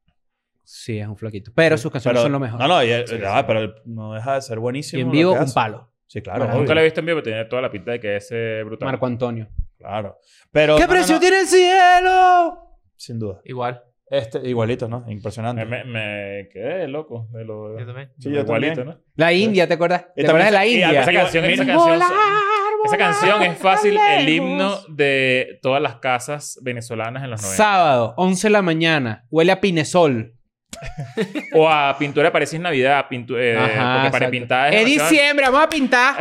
Sí, es un flaquito. Pero sus canciones Pero- son lo mejor. No, no, y él- Sí, ah, sí. pero él no deja de ser buenísimo. y en lo vivo, que un hace. palo. Sí, claro. Bueno, obvio. Nunca lo he visto en vivo, pero tiene toda la pinta de que es eh, brutal. Marco Antonio. Claro. Pero, ¿Qué no, no, precio no. tiene el cielo? Sin duda. Igual. Este, igualito, ¿no? Impresionante. Me, me, me quedé loco de lo Yo también. Sí, de yo lo igualito, también. ¿no? La India, ¿te acuerdas? Y ¿Te acuerdas de la Y India? esa canción, esa canción, esa canción es fácil el himno de todas las casas venezolanas en los noventa. Sábado, once de la mañana. Huele a pinesol. O a pintura de París es Navidad, pintu eh, Ajá, porque para exacto. pintar Es demasiado- diciembre, vamos a pintar.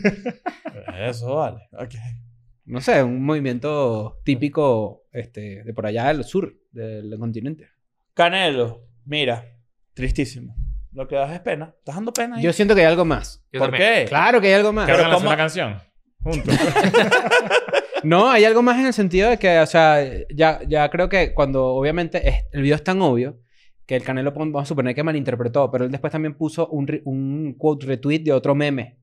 Eso vale. Ok. No sé, un movimiento típico este, de por allá del sur del continente. Canelo, mira, tristísimo. Lo que das es pena. ¿Estás dando pena ahí? Yo siento que hay algo más. Yo ¿Por también. qué? Claro que hay algo más. Que Pero van a hacer ¿cómo? una canción juntos. No, hay algo más en el sentido de que, o sea, ya, ya creo que cuando obviamente es- el video es tan obvio que el Canelo, pon- vamos a suponer que malinterpretó, pero él después también puso un, re- un quote retweet de otro meme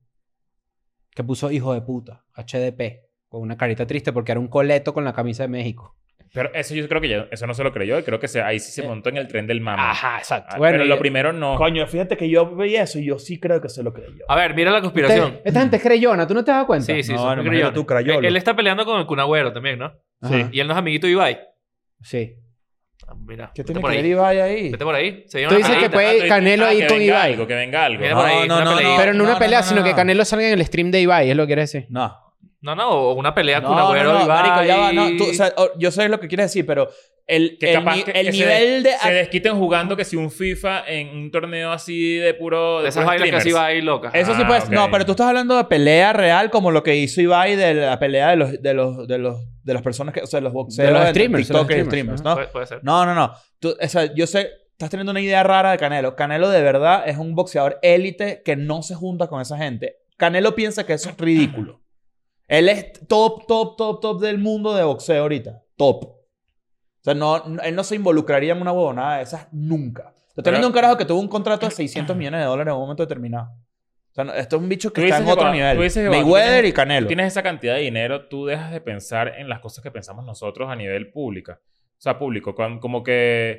que puso hijo de puta, H D P, con una carita triste porque era un coleto con la camisa de México. Pero eso yo creo que ya, eso no se lo creyó y creo que se, ahí sí se montó en el tren del mame. Ajá, exacto. Ah, Bueno, pero y- lo primero no. Coño, fíjate que yo veía eso y yo sí creo que se lo creyó. A ver, mira la conspiración. Usted- esta gente es creyona, ¿tú no te das cuenta? Sí, sí, No, son bueno, muy imagínate creyones. tú, crayolo. Él, él está peleando con el Kun Agüero también, ¿no? Ajá. Y él no es amiguito de Ibai. Sí. Ah, mira, ¿Qué vete tiene por que ver ahí. Ibai ahí? Vete por ahí. Se viene Tú una dices que peleita. puede- Ah, tú dices- Canelo ah, ir que con venga Ibai. algo, que venga algo. Mira por ahí, No, una no, no, peleita. Pero no, No, una no, pelea, no, sino no. que Canelo salga en el stream de Ibai, es lo que quiere decir. No. No, no, o una pelea No, Kun no, Agüero, no, Ibai. marico, ya va. No, tú, o sea, o- yo sé lo que quieres decir, pero el, Que el, capaz ni- que, el que se nivel de- de... se desquiten jugando que si un FIFA en un torneo así de puro... de De esas puros vainas que así streamers. Ibai loca. Eso sí Ah, puede... ok. No, pero tú estás hablando de pelea real como lo que hizo Ibai de la pelea de los... De los, de los de las personas que... O sea, los boxeros... De los entre streamers, de los TikTokers y streamers, streamers, ¿no? Puede, puede ser. No, no, no. Tú, o sea, yo sé... Estás teniendo una idea rara de Canelo. Canelo de verdad es un boxeador élite que no se junta con esa gente. Canelo piensa que eso es ridículo. Él es top, top, top, top del mundo de boxeo ahorita. Top. O sea, no, no- él no se involucraría en una huevonada de esas nunca. Te estoy hablando de un carajo que tuvo un contrato de seiscientos millones de dólares en un momento determinado. O sea, no- esto es un bicho que Tú está dices en otro que cuando- tú nivel. dices que cuando tú Mayweather tienes- y Canelo. Tú tienes esa cantidad de dinero, tú dejas de pensar en las cosas que pensamos nosotros a nivel pública. O sea, público. con- Como que...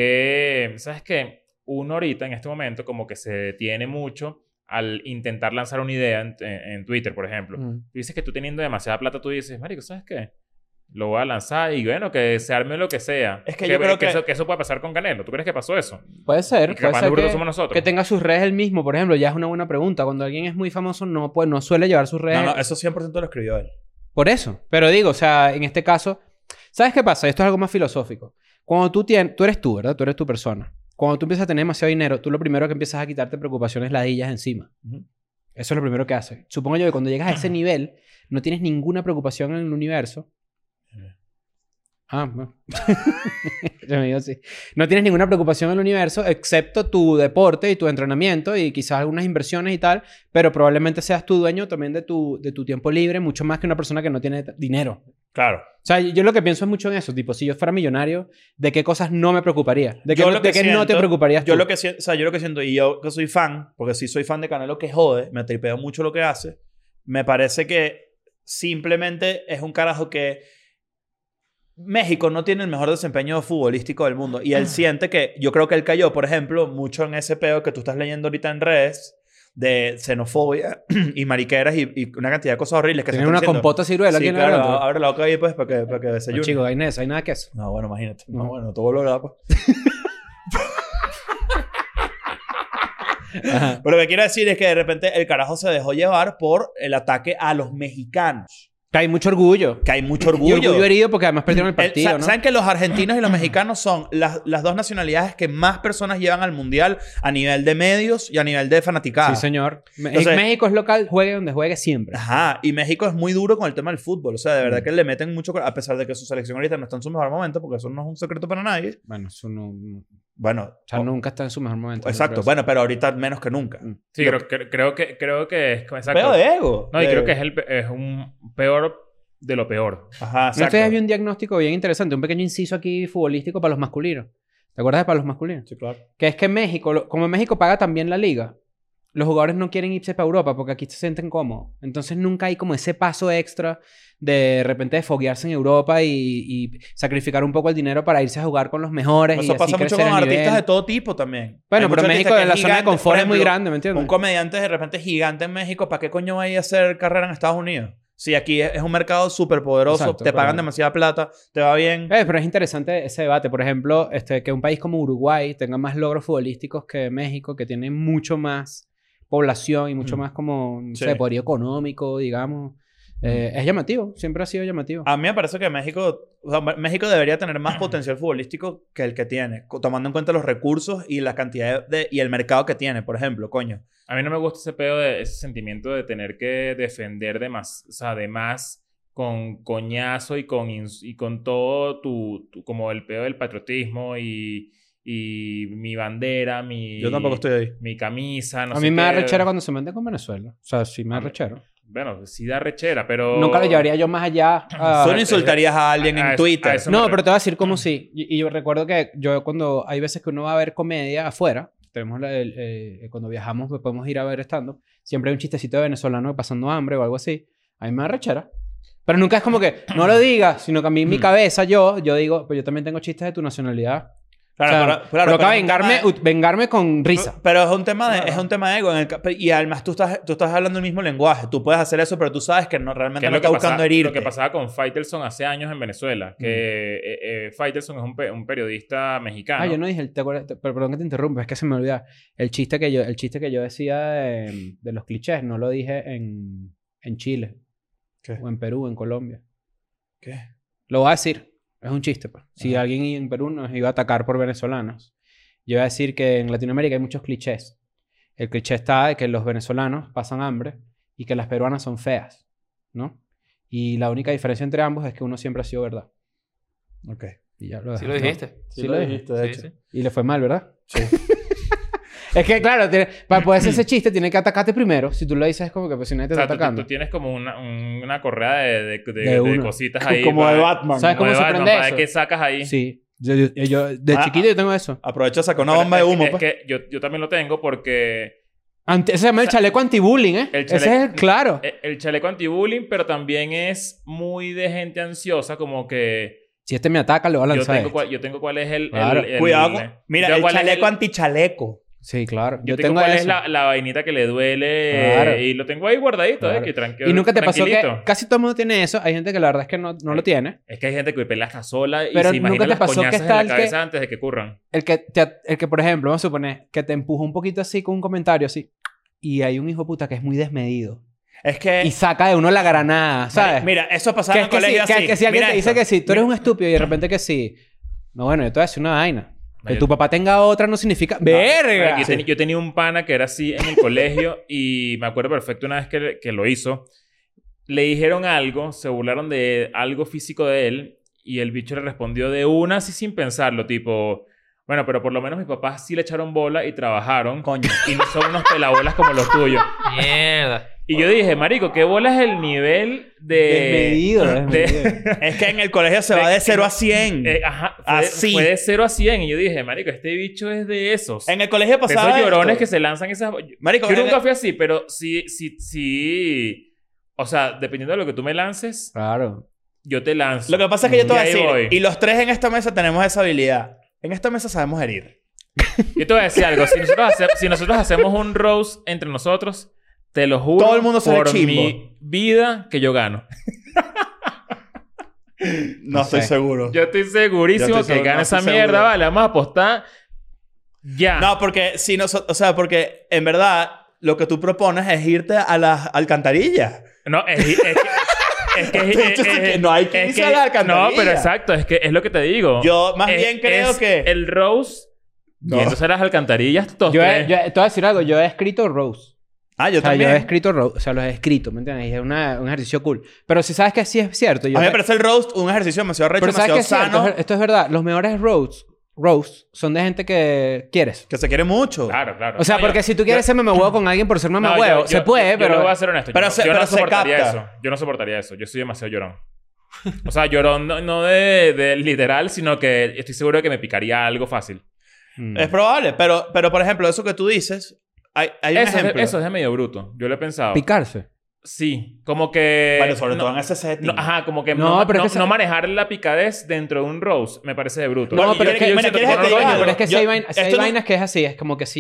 que ¿sabes qué? Uno ahorita, en este momento, como que se detiene mucho al intentar lanzar una idea en, en- en Twitter, por ejemplo. Mm. Tú dices que tú teniendo demasiada plata, tú dices, marico, ¿sabes qué? Lo voy a lanzar y bueno, que se arme lo que sea. Es que yo creo que- Eso, que eso puede pasar con Canelo. ¿Tú crees que pasó eso? Puede ser. Y que Puede capaz ser de bruto que, somos nosotros. que tenga sus redes él mismo, por ejemplo. Ya es una buena pregunta. Cuando alguien es muy famoso, no, pues, no suele llevar sus redes. No, no, eso cien por ciento lo escribió él. Por eso. Pero digo, o sea, en este caso... ¿Sabes qué pasa? Esto es algo más filosófico. Cuando tú tienes... Tú eres tú, ¿verdad? Tú eres tu persona. Cuando tú empiezas a tener demasiado dinero, tú lo primero que empiezas a quitarte preocupaciones ladillas encima. Ujú. Eso es lo primero que haces. Supongo yo que cuando llegas a ese nivel, no tienes ninguna preocupación en el universo. Ah, bueno. Yo me digo así. No tienes ninguna preocupación en el universo, excepto tu deporte y tu entrenamiento y quizás algunas inversiones y tal, pero probablemente seas tu dueño también de tu, de tu tiempo libre, mucho más que una persona que no tiene t- dinero. Claro. O sea, yo lo que pienso es mucho en eso. Tipo, si yo fuera millonario, ¿de qué cosas no me preocuparía? ¿De qué, Yo no, lo que de qué no te siento- preocuparías Yo tú? lo que siento, o sea, yo lo que siento, y yo que soy fan, porque sí soy fan de Canelo que jode, me tripeo mucho lo que hace, me parece que simplemente es un carajo que México no tiene el mejor desempeño futbolístico del mundo y él siente que, yo creo que él cayó, por ejemplo, mucho en ese peo que tú estás leyendo ahorita en redes de xenofobia y mariqueras y, y una cantidad de cosas horribles que se Tienen están una diciendo. compota ciruela Sí, aquí en el claro, evento. abre la boca ahí pues para que, para que No, desayune. chico, hay Inés, hay nada que eso. No, bueno, imagínate. No, No. bueno, todo lo graba. Ajá. Pero lo que quiero decir es que de repente el carajo se dejó llevar por el ataque a los mexicanos. Que hay mucho orgullo. Que hay mucho Y orgullo. orgullo herido porque además perdieron el El- partido, sa- ¿no? ¿Saben que los argentinos y los mexicanos son las, las dos nacionalidades que más personas llevan al mundial a nivel de medios y a nivel de fanaticada? Sí, señor. Me- Entonces- México es local, juegue donde juegue siempre. Ajá, y México es muy duro con el tema del fútbol. O sea, de verdad que le meten mucho, a pesar de que su selección ahorita no está en su mejor momento, porque eso no es un secreto para nadie. Bueno, eso no... O Bueno, sea, o- nunca está en su mejor momento. exacto. Pero- Bueno, pero ahorita menos que nunca. Mm. Sí, Lo- creo, que- creo que, creo que es... Exacto. Peo de ego. No, y De- creo que es, el, pe- es un peor de lo peor. Ajá, No, exacto. ustedes vi un diagnóstico bien interesante, un pequeño inciso aquí futbolístico para los masculinos. ¿Te acuerdas de para los masculinos? Sí, claro. Que es que México, lo- como México paga también la liga, los jugadores no quieren irse para Europa porque aquí se sienten cómodos. Entonces nunca hay como ese paso extra de, de repente de foguearse en Europa y, y sacrificar un poco el dinero para irse a jugar con los mejores. y Eso así pasa mucho crecer con el artistas nivel. de todo tipo también. Bueno, Hay pero muchos México artistas en la que zona de gigantes, confort por es muy ejemplo, grande, ¿me entiendes? Un comediante de repente gigante en México, ¿para qué coño va a ir a hacer carrera en Estados Unidos? Si aquí es, es un mercado súper poderoso, Exacto, te pagan pero- demasiada plata, te va bien. Eh, pero es interesante ese debate. Por ejemplo, este, que un país como Uruguay tenga más logros futbolísticos que México, que tiene mucho más población y mucho Mm. más como, no Sí. sé, poderío económico, digamos. Eh, es llamativo. Siempre ha sido llamativo. A mí me parece que México, o sea, México debería tener más potencial futbolístico que el que tiene, co- tomando en cuenta los recursos y la cantidad de, y el mercado que tiene, por ejemplo, coño. A mí no me gusta ese pedo de ese sentimiento de tener que defender de más, o sea, de más con coñazo y con, ins- y con todo tu, tu- como el pedo del patriotismo y, y mi bandera, mi... Yo tampoco estoy ahí. Mi camisa, no a sé mí me da qué. rechera cuando se meten con Venezuela. O sea, sí me da A mí- rechera. Bueno, sí da rechera, pero... Nunca lo llevaría yo más allá. a- Tú no insultarías a alguien a- a en eso- Twitter. a eso- No, me- pero te voy a decir como sí. Y, y yo recuerdo que yo cuando... Hay veces que uno va a ver comedia afuera. Tenemos la- el, eh, cuando viajamos pues podemos ir a ver stand-up. Siempre hay un chistecito de venezolano pasando hambre o algo así. A mí me da rechera. Pero nunca es como que no lo digas, sino que a mí en mi cabeza yo, yo digo, pues yo también tengo chistes de tu nacionalidad. Claro, O sea, pero- claro, pero pero que es un vengarme, tema de- ut- vengarme con risa. Pero es un tema de, Claro. es un tema de ego. En el, ca- y además tú estás, tú estás hablando el mismo lenguaje. Tú puedes hacer eso, pero tú sabes que no, realmente Que es no lo que, está pasaba, buscando herirte. lo que pasaba con Faitelson hace años en Venezuela. Que eh, eh, Faitelson es un, pe- un periodista mexicano. Ah, yo no dije, el- te acuerdas- te- pero perdón que te interrumpa, es que se me olvida. El chiste que yo, el chiste que yo decía de, de los clichés, no lo dije en, en Chile, ¿Qué? o en Perú, en Colombia. ¿Qué? Lo voy a decir, es un chiste. Pues. Si Ajá. alguien en Perú nos iba a atacar por venezolanos, yo iba a decir que en Latinoamérica hay muchos clichés. El cliché está de que los venezolanos pasan hambre y que las peruanas son feas, ¿no? Y la única diferencia entre ambos es que uno siempre ha sido verdad. Ok. Y ya lo Sí dejé, lo ¿no? dijiste. Sí, lo dije. dijiste, de Sí, hecho. sí. Y le fue mal, ¿verdad? Sí. Es que, claro, tiene- para poder hacer ese chiste, tiene que atacarte primero. Si tú lo dices, es como que pues, si nadie te O sea, está tú, tú- atacando. tú tienes como una, un- una correa de, de, de- De de uno. cositas ahí. Como para- de Batman. ¿Sabes como cómo de se Batman, prende para eso? que sacas ahí. Sí. Yo, yo- yo- de Ah, chiquito yo tengo eso. Aprovecha, saca una Pero bomba de es que- humo. Es pues. que yo, yo también lo tengo porque Ante- ese se llama el chaleco anti-bullying, ¿eh? el Ese chaleco- es el claro. el, el chaleco anti-bullying, pero también es muy de gente ansiosa, como que Si este me ataca, le voy a yo lanzar tengo, esto. cuál, yo tengo cuál es el... el- Claro. el- Cuidado con... Mira, yo el cuál es chaleco el- antichaleco. Sí, claro. Yo, Yo, tengo tengo cuál eso. es la, la vainita que le duele Claro. y lo tengo ahí guardadito, Claro. eh, que tranquilo. Y nunca te pasó que tranquilito. casi todo el mundo tiene eso. Hay gente que la verdad es que no, no lo tiene. Es que hay gente que pelea hasta sola y Pero se nunca imagina te las pasó que coñazas está en el la que- cabeza antes de que ocurran. El que, te, el que, por ejemplo, vamos a suponer que te empuja un poquito así con un comentario así. Y hay un hijo puta que es muy desmedido. Es que... Y saca de uno la granada, ¿sabes? Mira, eso pasaba que en es el que, sí, colegio que, así. que si alguien Mira te dice esto. que sí, tú eres un estúpido y de repente que sí. No, bueno, yo te voy a decir una vaina. Que Yo- tu papá tenga otra no significa... ¡Verga! Yo, ten- yo tenía un pana que era así en el colegio y me acuerdo perfecto una vez que, que lo hizo. Le dijeron algo, se burlaron de algo físico de él y el bicho le respondió de una así sin pensarlo, tipo... Bueno, pero por lo menos mis papás sí le echaron bola y trabajaron. Coño. Y no son unos pelabolas como los tuyos. Mierda. Y yo dije, marico, ¿qué bola es el nivel de... Desmedido, desmedido. Es que en el colegio se va de cero a cien. Eh, ajá, fue, Así. fue de cero a cien. Y yo dije, marico, este bicho es de esos. En el colegio de pasaba esos llorones esto. que se lanzan esas... Marico, Yo en nunca el- fui así, pero sí, sí, sí... O sea, dependiendo de lo que tú me lances, Claro. yo te lanzo. Lo que pasa es que yo te voy a Y ahí decir... voy. Y los tres en esta mesa tenemos esa habilidad. En esta mesa sabemos herir. Yo te voy a decir algo. Si nosotros, hace- si nosotros hacemos un roast entre nosotros, te lo juro Todo el mundo sale por chimbo. mi vida que yo gano. No, No estoy sé. seguro. Yo estoy segurísimo Yo estoy que seguro, gana no, esa estoy mierda. seguro. Vale, vamos a apostar ya. No, porque si nosotros... O sea, porque en verdad lo que tú propones es irte a las alcantarillas. No, es, es que... Es que, De hecho, sí que no hay que es irse a la alcantarilla. No, pero exacto. Es que es lo que te digo. Yo más Es- bien creo es que... El roast... No. Yéndose a las alcantarillas todos Yo, he- tres. yo he- te voy a decir algo. Yo he escrito Rose. Ah, yo O sea, también. yo he escrito Rose. O sea, los he escrito, ¿me entiendes? Y es una- un ejercicio cool. Pero si sabes que sí es cierto. Yo A mí me te- parece el roast un ejercicio demasiado recho, Pero sabes demasiado que es cierto. sano. Esto es- Esto es verdad. Los mejores roasts, roasts son de gente que quieres. Que se quiere mucho. Claro, claro. O sea, No, yo- porque si tú quieres ser mamahuevo con alguien por ser no, mamahuevo, yo- se yo- puede, yo, pero... Yo le voy a ser honesto. Pero yo, se- yo pero no se soportaría capta. eso. Yo no soportaría eso. Yo soy demasiado llorón. O sea, llorón no, no de, de literal, sino que estoy seguro de que me picaría algo fácil. Mm. Es probable. Pero, pero, por ejemplo, eso que tú dices... Hay, hay un Eso es, ejemplo. de, eso es de medio bruto. Yo lo he pensado. Picarse. Sí. Como que... Bueno, sobre no- todo en ese setting. no, ajá, como que No, no, pero es no- que se- no manejar la picadez dentro de un roast me parece de bruto. No, y pero yo- es que, yo bueno, siento pero que- es que- coño, pero es que si yo- hay, vain- si hay esto no- vainas que es así. Es como que si...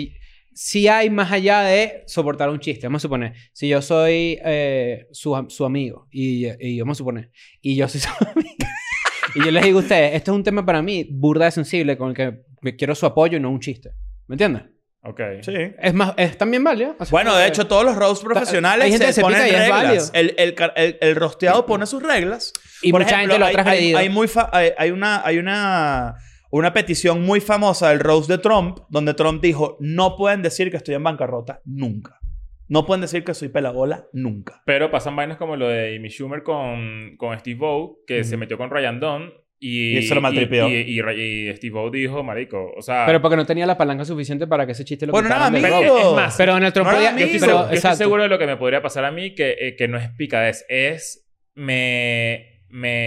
sí hay más allá de soportar un chiste. Vamos a suponer, si yo soy eh, su, su amigo y, y vamos a suponer, y yo soy su amigo, y yo les digo a ustedes, esto es un tema para mí burda de sensible con el que me quiero su apoyo y no un chiste. ¿Me entiendes? Ok. Sí. Es más, es también válido. O sea, Bueno, de hecho, todos los roasts profesionales hay gente que se se ponen pica y es reglas. válido. El, el, car- el, el rosteado pone sus reglas. Y Por mucha ejemplo, gente lo ha hay- hay, transgredido. hay, muy fa- hay, hay una, hay una, una petición muy famosa del roast de Trump, donde Trump dijo, no pueden decir que estoy en bancarrota nunca. No pueden decir que soy pelabola nunca. Pero pasan vainas como lo de Amy Schumer con, con Steve O, que se metió con Ryan Dunn. Y, Y se lo maltripió. Y, y, y, y Steve O dijo, marico, o sea... Pero porque no tenía la palanca suficiente para que ese chiste lo Bueno, quitaran nada, del amigo. roast. es más, Pero Donald Trump No era podía... amigo. Yo estoy, pero, seguro, yo estoy exacto. seguro de lo que me podría pasar a mí, que, eh, que no es picadez, es... Me...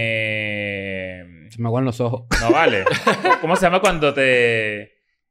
Me... Se me aguan los ojos. No vale. ¿Cómo se llama cuando te...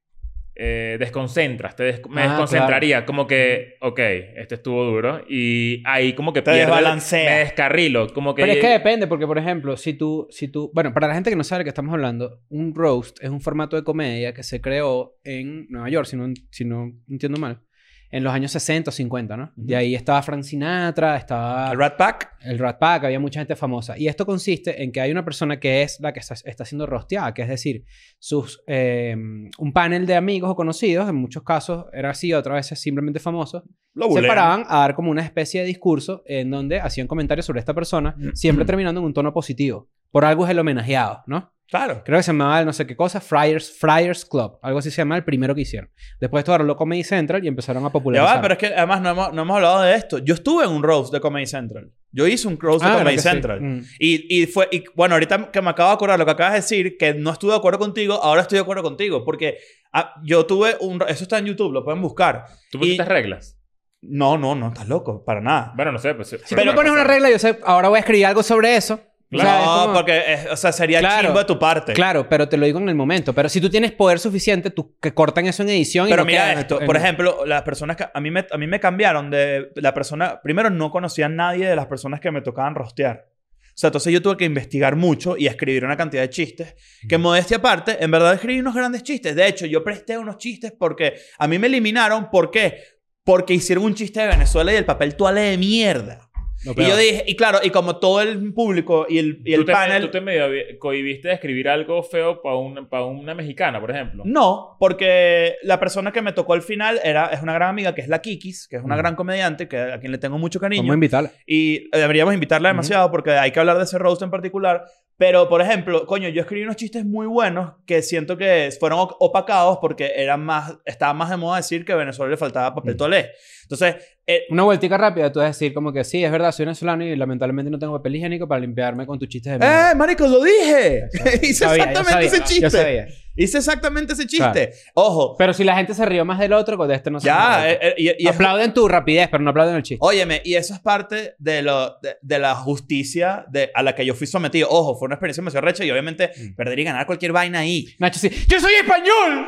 Eh, desconcentras? Te des- me Ah, desconcentraría. Como que... Ok, este estuvo duro. Y ahí como que Te pierdo el- desbalancea. Me descarrilo. Como que... Pero es que depende, porque por ejemplo, si tú, si tú... Bueno, para la gente que no sabe de qué estamos hablando, un roast es un formato de comedia que se creó en Nueva York, si no, si no entiendo mal, en los años sesenta o cincuenta, ¿no? De ahí estaba Frank Sinatra, estaba... El Rat Pack. El Rat Pack, había mucha gente famosa. Y esto consiste en que hay una persona que es la que está, está siendo rosteada, que es decir, sus, eh, un panel de amigos o conocidos, en muchos casos era así, otras veces simplemente famosos, Lo se bulean. paraban a dar como una especie de discurso en donde hacían comentarios sobre esta persona, siempre terminando en un tono positivo. Por algo es el homenajeado, ¿no? Claro. Creo que se llamaba el no sé qué cosa, Friars, Friars Club. Algo así se llama el primero que hicieron. Después esto ahora lo Comedy Central y empezaron a Ya popularizar. va, pero es que además no hemos, no hemos hablado de esto. Yo estuve en un roast de Comedy Central. Yo hice un roast Ah, de ¿verdad Comedy que sí? Central. Mm. Y, y fue... Y, bueno, ahorita que me acabo de acordar lo que acabas de decir, que no estuve de acuerdo contigo, ahora estoy de acuerdo contigo. Porque ah, yo tuve un... Eso está en YouTube, lo pueden buscar. ¿Tú pusiste Y- reglas? No, no, no, estás loco. Para nada. Bueno, no sé. Pues, Si tú me pones una regla, yo sé, ahora voy a escribir algo sobre eso. O sea, es no, como- porque... es- o sea, sería Claro. chimbo de tu parte. Claro, pero te lo digo en el momento. Pero si tú tienes poder suficiente, tú que cortan eso en edición y Pero no mira queda en- esto, en- por ejemplo, las personas que a mí, me, a mí me cambiaron de la persona... Primero, no conocía a nadie de las personas que me tocaban rostear. O sea, entonces yo tuve que investigar mucho y escribir una cantidad de chistes. Que modestia aparte, en verdad escribí unos grandes chistes. De hecho, yo presté unos chistes porque a mí me eliminaron. ¿Por qué? Porque hicieron un chiste de Venezuela y el papel toalé de mierda. Lo Y peor. yo dije... Y claro, y como todo el público y el, y el ¿Tú te, panel... ¿Tú te medio vi- cohibiste de escribir algo feo para una, para una mexicana, por ejemplo? No, porque la persona que me tocó al final era, es una gran amiga que es la Kikis, que es una Mm. gran comediante, que, a quien le tengo mucho cariño. Vamos a invitarla. Y deberíamos invitarla demasiado porque hay que hablar de ese roast en particular. Pero, por ejemplo, coño, yo escribí unos chistes muy buenos que siento que fueron op- opacados porque eran más, estaba más de moda decir que a Venezuela le faltaba papel Mm. toalé. Entonces, eh, Una vueltica rápida, tú vas a decir como que sí, es verdad, soy venezolano y lamentablemente no tengo papel higiénico para limpiarme con tus chistes de mierda. ¡eh, marico, lo dije! Hice Sabía, yo exactamente sabía, ese yo chiste. sabía. Hice exactamente ese chiste. Ojo, Pero si la gente se rió más del otro, con este no se ya, rió. eh, eh, y, y es- Aplauden tu rapidez, pero no aplauden el chiste. Óyeme, y eso es parte de, lo, de, de la justicia de, a la que yo fui sometido. Ojo, fue una experiencia demasiado recha y obviamente Mm. perder y ganar cualquier vaina ahí. Nacho sí, ¡yo soy español!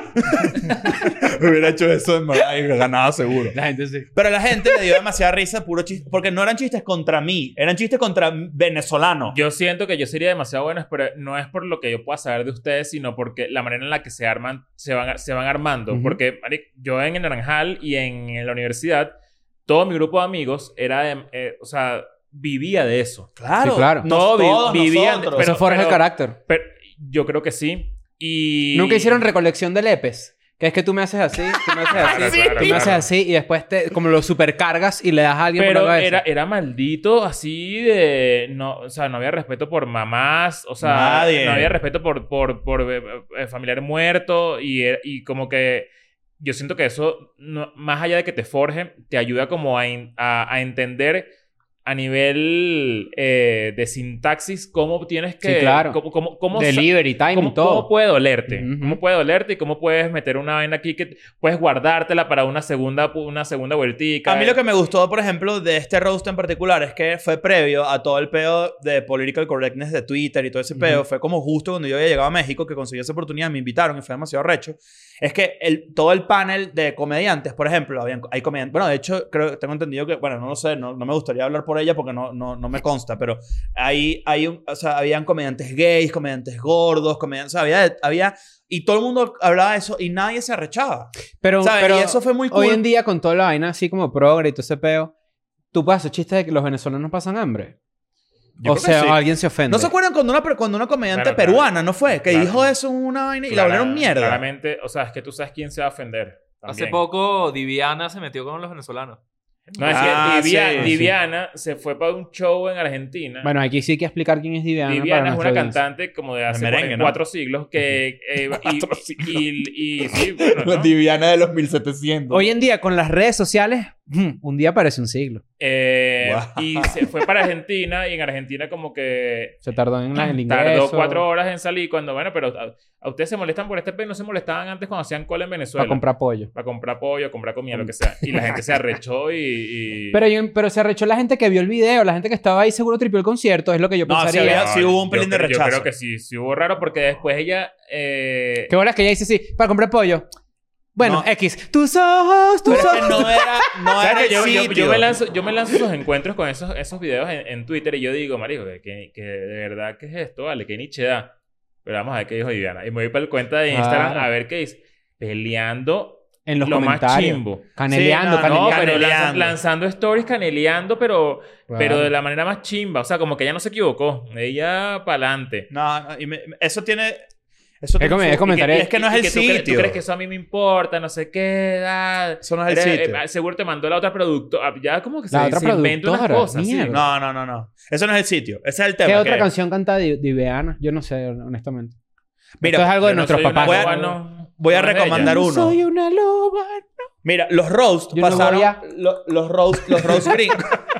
Hubiera hecho eso en verdad y ganaba seguro. La gente sí. Pero a la gente le dio demasiada risa puro chiste. Porque no eran chistes contra mí, eran chistes contra venezolanos. Yo siento que yo sería demasiado bueno, pero no es por lo que yo pueda saber de ustedes, sino porque la manera en la que se arman, se van, se van armando. Ujú. Porque marico, yo en el Naranjal y en, en la universidad, todo mi grupo de amigos era de, eh, o sea, vivía de eso. Claro, Sí, claro. nos- Todos vi- todos vivían- nosotros. pero- Eso forja el carácter. Pero yo creo que sí. Y... Nunca hicieron recolección de lepes. Que es que tú me haces así, tú me haces Claro, así, claro, tú me claro. haces así y después te, como lo supercargas y le das a alguien por Pero la cabeza. era, era maldito así de... No, o sea, no había respeto por mamás. O sea, Nadie. no había respeto por, por, por eh, eh, familiares muertos. Y, era- y como que... Yo siento que eso, no- más allá de que te forje, te ayuda como a, in- a, a entender a nivel eh, de sintaxis cómo tienes que... Sí, claro. Cómo, cómo, cómo sa- Delivery, timing, ¿Cómo, todo. cómo puede dolerte? Ujú. ¿Cómo puede dolerte? Y cómo puedes meter una vaina aquí que puedes guardártela para una segunda, una segunda vueltica. A mí lo que me gustó, por ejemplo, de este roast en particular es que fue previo a todo el peo de political correctness de Twitter y todo ese peo. Ujú. Fue como justo cuando yo había llegado a México que conseguí esa oportunidad, me invitaron y fue demasiado recho. Es que el, todo el panel de comediantes, por ejemplo, habían, hay comediantes... Bueno, de hecho, creo, tengo entendido que... Bueno, no lo sé, no, no me gustaría hablar por por ella porque no, no, no me consta, pero ahí hay un, o sea, habían comediantes gays, comediantes gordos, comediantes, o sea, había, había, y todo el mundo hablaba de eso y nadie se arrechaba. Pero, ¿Sabes? pero Y eso fue muy cool. hoy en día, con toda la vaina así como progre y todo ese peo, tú puedes hacer chistes de que los venezolanos pasan hambre. Yo O creo que sea, sí. alguien se ofende. ¿No se acuerdan cuando una, cuando una comediante Claro, peruana, claro. no fue? Que Claro. dijo eso en una vaina y la Clara- volvieron mierda. Claramente, o sea, es que tú sabes quién se va a ofender. Hace también. poco Diviana se metió con los venezolanos. No, es Ah, que Divia- sí, sí. Diviana se fue para un show en Argentina. Bueno, aquí sí hay que explicar quién es Diviana. para Diviana es nuestra una audiencia. cantante como de hace merengue, cu- ¿no? cuatro siglos que... eh, y, Cuatro siglos. Y, y, y- sí, bueno, La ¿no? Diviana de los mil setecientos. Hoy en día, con las redes sociales, mm, un día parece un siglo. Eh, Wow. Y se fue para Argentina y en Argentina como que Se tardó en la- el ingreso. tardó cuatro horas en salir cuando, bueno, pero a, a ustedes se molestan por este pez, no se molestaban antes cuando hacían cola en Venezuela. Para comprar pollo. Para comprar pollo, comprar comida, lo que sea. Y la gente se arrechó y... y- Pero, yo- pero se arrechó la gente que vio el video, la gente que estaba ahí seguro tripió el concierto, es lo que yo No, sí pensaría. había- sí hubo un yo pelín de creo- rechazo. Yo creo que sí, sí hubo raro porque después ella... Eh, Qué bolas que ella dice sí, para comprar pollo. Bueno, No. X. Tus ojos, tus Pero es ojos. que no era, no ¿sabes era que el yo, yo- sitio. yo me lanzo, yo me lanzo esos encuentros con esos, esos videos en, en Twitter y yo digo, marico, que, que, que de verdad, ¿qué es esto? Vale, que Nietzsche da. Pero vamos a ver qué dijo Viviana. Y me voy para el cuenta de Instagram Claro. a ver qué dice. Peleando En los lo más comentarios. chimbo. Caneleando, Sí, no, No, caneleando. pero caneleando. lanzan- lanzando stories, caneleando, pero, Claro. pero de la manera más chimba. O sea, como que ella no se equivocó. Ella para adelante. No, no, y me- eso tiene... Eso Es tiene como- su- es comentario- y que- y es que no es el tú crees, sitio. tú crees que eso a mí me importa, no sé qué, da. Eso no es el Eres- sitio. eh, seguro te mandó la otra productora. Ya como que se, La otra se inventa unas productora, cosas. sí. mierda. No, no, no, no. Eso no es el sitio. Ese es el tema. ¿Qué otra que- canción canta Di- Diviana? Yo no sé, honestamente. Mira, Esto es algo de Yo no nuestros soy una papás. Voy a- loba, no- voy a no es de recomendar ella. uno. Soy una loba. Mira, los roast Yo no pasaron... voy a- lo- los roast, los roast gringos...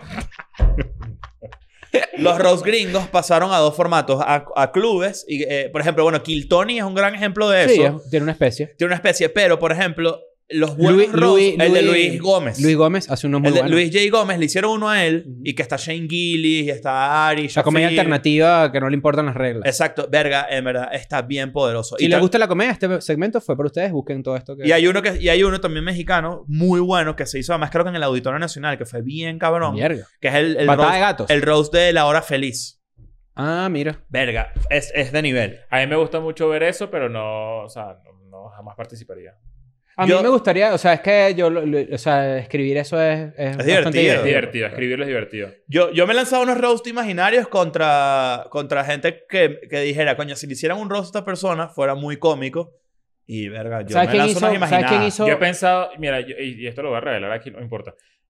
los roast gringos pasaron a dos formatos. A, a clubes. Y, eh, por ejemplo, bueno, Kill Tony es un gran ejemplo de eso. Sí, es- tiene una especie. Tiene una especie. Pero, por ejemplo, los buenos Luis- roast... Luis- el de Luis- Luis Gómez. Luis Gómez hace unos muy el de buenos. Luis J. Gómez le hicieron uno a él. Ujú. Y que está Shane Gillis, y está Ari, La comedia Shafir. alternativa que no le importan las reglas. Exacto. Verga, en verdad, está bien poderoso. Si y les ta- gusta la comedia, este segmento fue para ustedes. Busquen todo esto. Que... Y hay uno que y hay uno también mexicano muy bueno que se hizo además creo que en el Auditorio Nacional que fue bien cabrón, Mierda. que es el el Patada de roast, gatos. el roast de La Hora Feliz. Ah, mira. Verga, es, es de nivel. A mí me gusta mucho ver eso, pero no, o sea, no, no jamás participaría. A Yo- mí me gustaría, o sea, es que yo, lo- lo- o sea, escribir eso es, es, bastante divertido. Es divertido, escribirlo es divertido. Yo, yo me he lanzado unos roast imaginarios contra, contra gente que, que dijera, coño, si le hicieran un roast a esta persona, fuera muy cómico. Y verga, yo ¿Sabes me quién lanzo hizo- unas ¿sabes quién imaginadas. hizo- Yo he pensado, mira, yo- y, y esto lo voy a revelar aquí, no importa.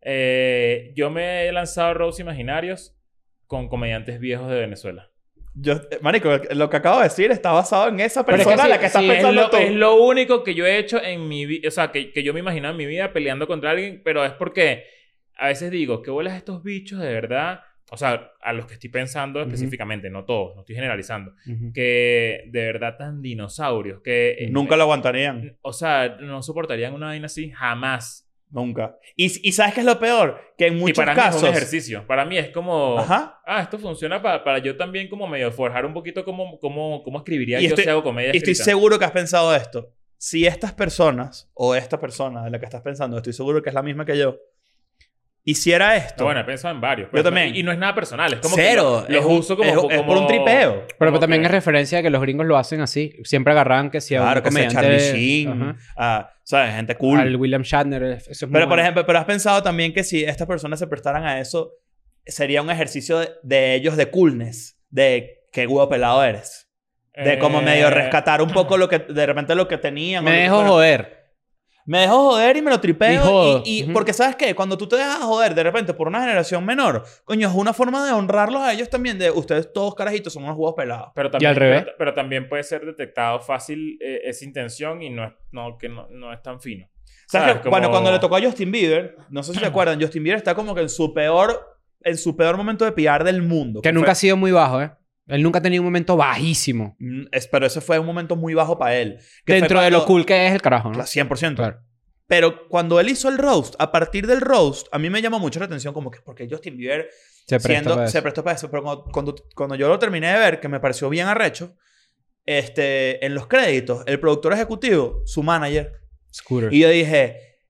Eh, yo me he lanzado roast imaginarios con comediantes viejos de Venezuela. Yo, eh, marico, lo que acabo de decir está basado en esa Pero es que persona a sí, la que estás sí, Es pensando lo, tú. es lo único que yo he hecho en mi vida, o sea, que, que yo me imaginaba en mi vida peleando contra alguien, pero es porque a veces digo, ¿qué bolas estos bichos de verdad? O sea, a los que estoy pensando específicamente, no todos, no estoy generalizando, Ujú. que de verdad tan dinosaurios, que... eh, Nunca lo aguantarían. O sea, no soportarían una vaina así jamás. Nunca. Y, y ¿sabes qué es lo peor? Que en Y muchos para mí casos... es un ejercicio. Para mí es como... Ajá. Ah, esto funciona para, para yo también como medio forjar un poquito cómo, cómo, cómo escribiría Y yo estoy- si hago comedia Y estoy escrita. seguro que has pensado esto. Si estas personas, o esta persona de la que estás pensando, estoy seguro que es la misma que yo, hiciera esto. No, bueno, he pensado en varios. Yo pues, también. Y, y no es nada personal. Es como Cero. que lo- los Es un- uso como... es- como es por un tripeo. Pero, como pero también que- es referencia de que los gringos lo hacen así. Siempre agarran que si a Claro, un que sea comediante... Charlie Sheen, Ajá. a, ¿sabes? Gente cool. Al William Shatner. Eso es muy Pero, por bueno. ejemplo, pero has pensado también que si estas personas se prestaran a eso, sería un ejercicio de, de ellos de coolness. De qué huevo pelado eres. De como Eh, medio rescatar un poco lo que... De repente lo que tenían. o Me lo que dejo fuera. joder. Me dejo joder y me lo tripeo. Y jodo. Y, y- Ujú. porque, ¿sabes qué? Cuando tú te dejas joder de repente por una generación menor, coño, es una forma de honrarlos a ellos también. De ustedes todos carajitos son unos huevos pelados. Pero también, al revés. Pero, pero también puede ser detectado fácil eh, esa intención y no es, no, que no, no es tan fino. ¿Sabes qué? Como- Bueno, cuando le tocó a Justin Bieber, no sé si se acuerdan, Justin Bieber está como que en su peor, en su peor momento de pillar del mundo. Que fue- nunca ha sido muy bajo, ¿eh? Él nunca ha tenido un momento bajísimo. Mm, es- pero ese fue un momento muy bajo para él. Que fue Dentro de cuando- lo cool que es el carajo, ¿no? Claro, cien por ciento. Claro. Pero cuando él hizo el roast, a partir del roast, a mí me llamó mucho la atención como que porque Justin Bieber Se presta siendo- para se eso. prestó para eso. Pero cuando, cuando, cuando yo lo terminé de ver, que me pareció bien arrecho, este, en los créditos, el productor ejecutivo, su manager, Scooter. y yo dije,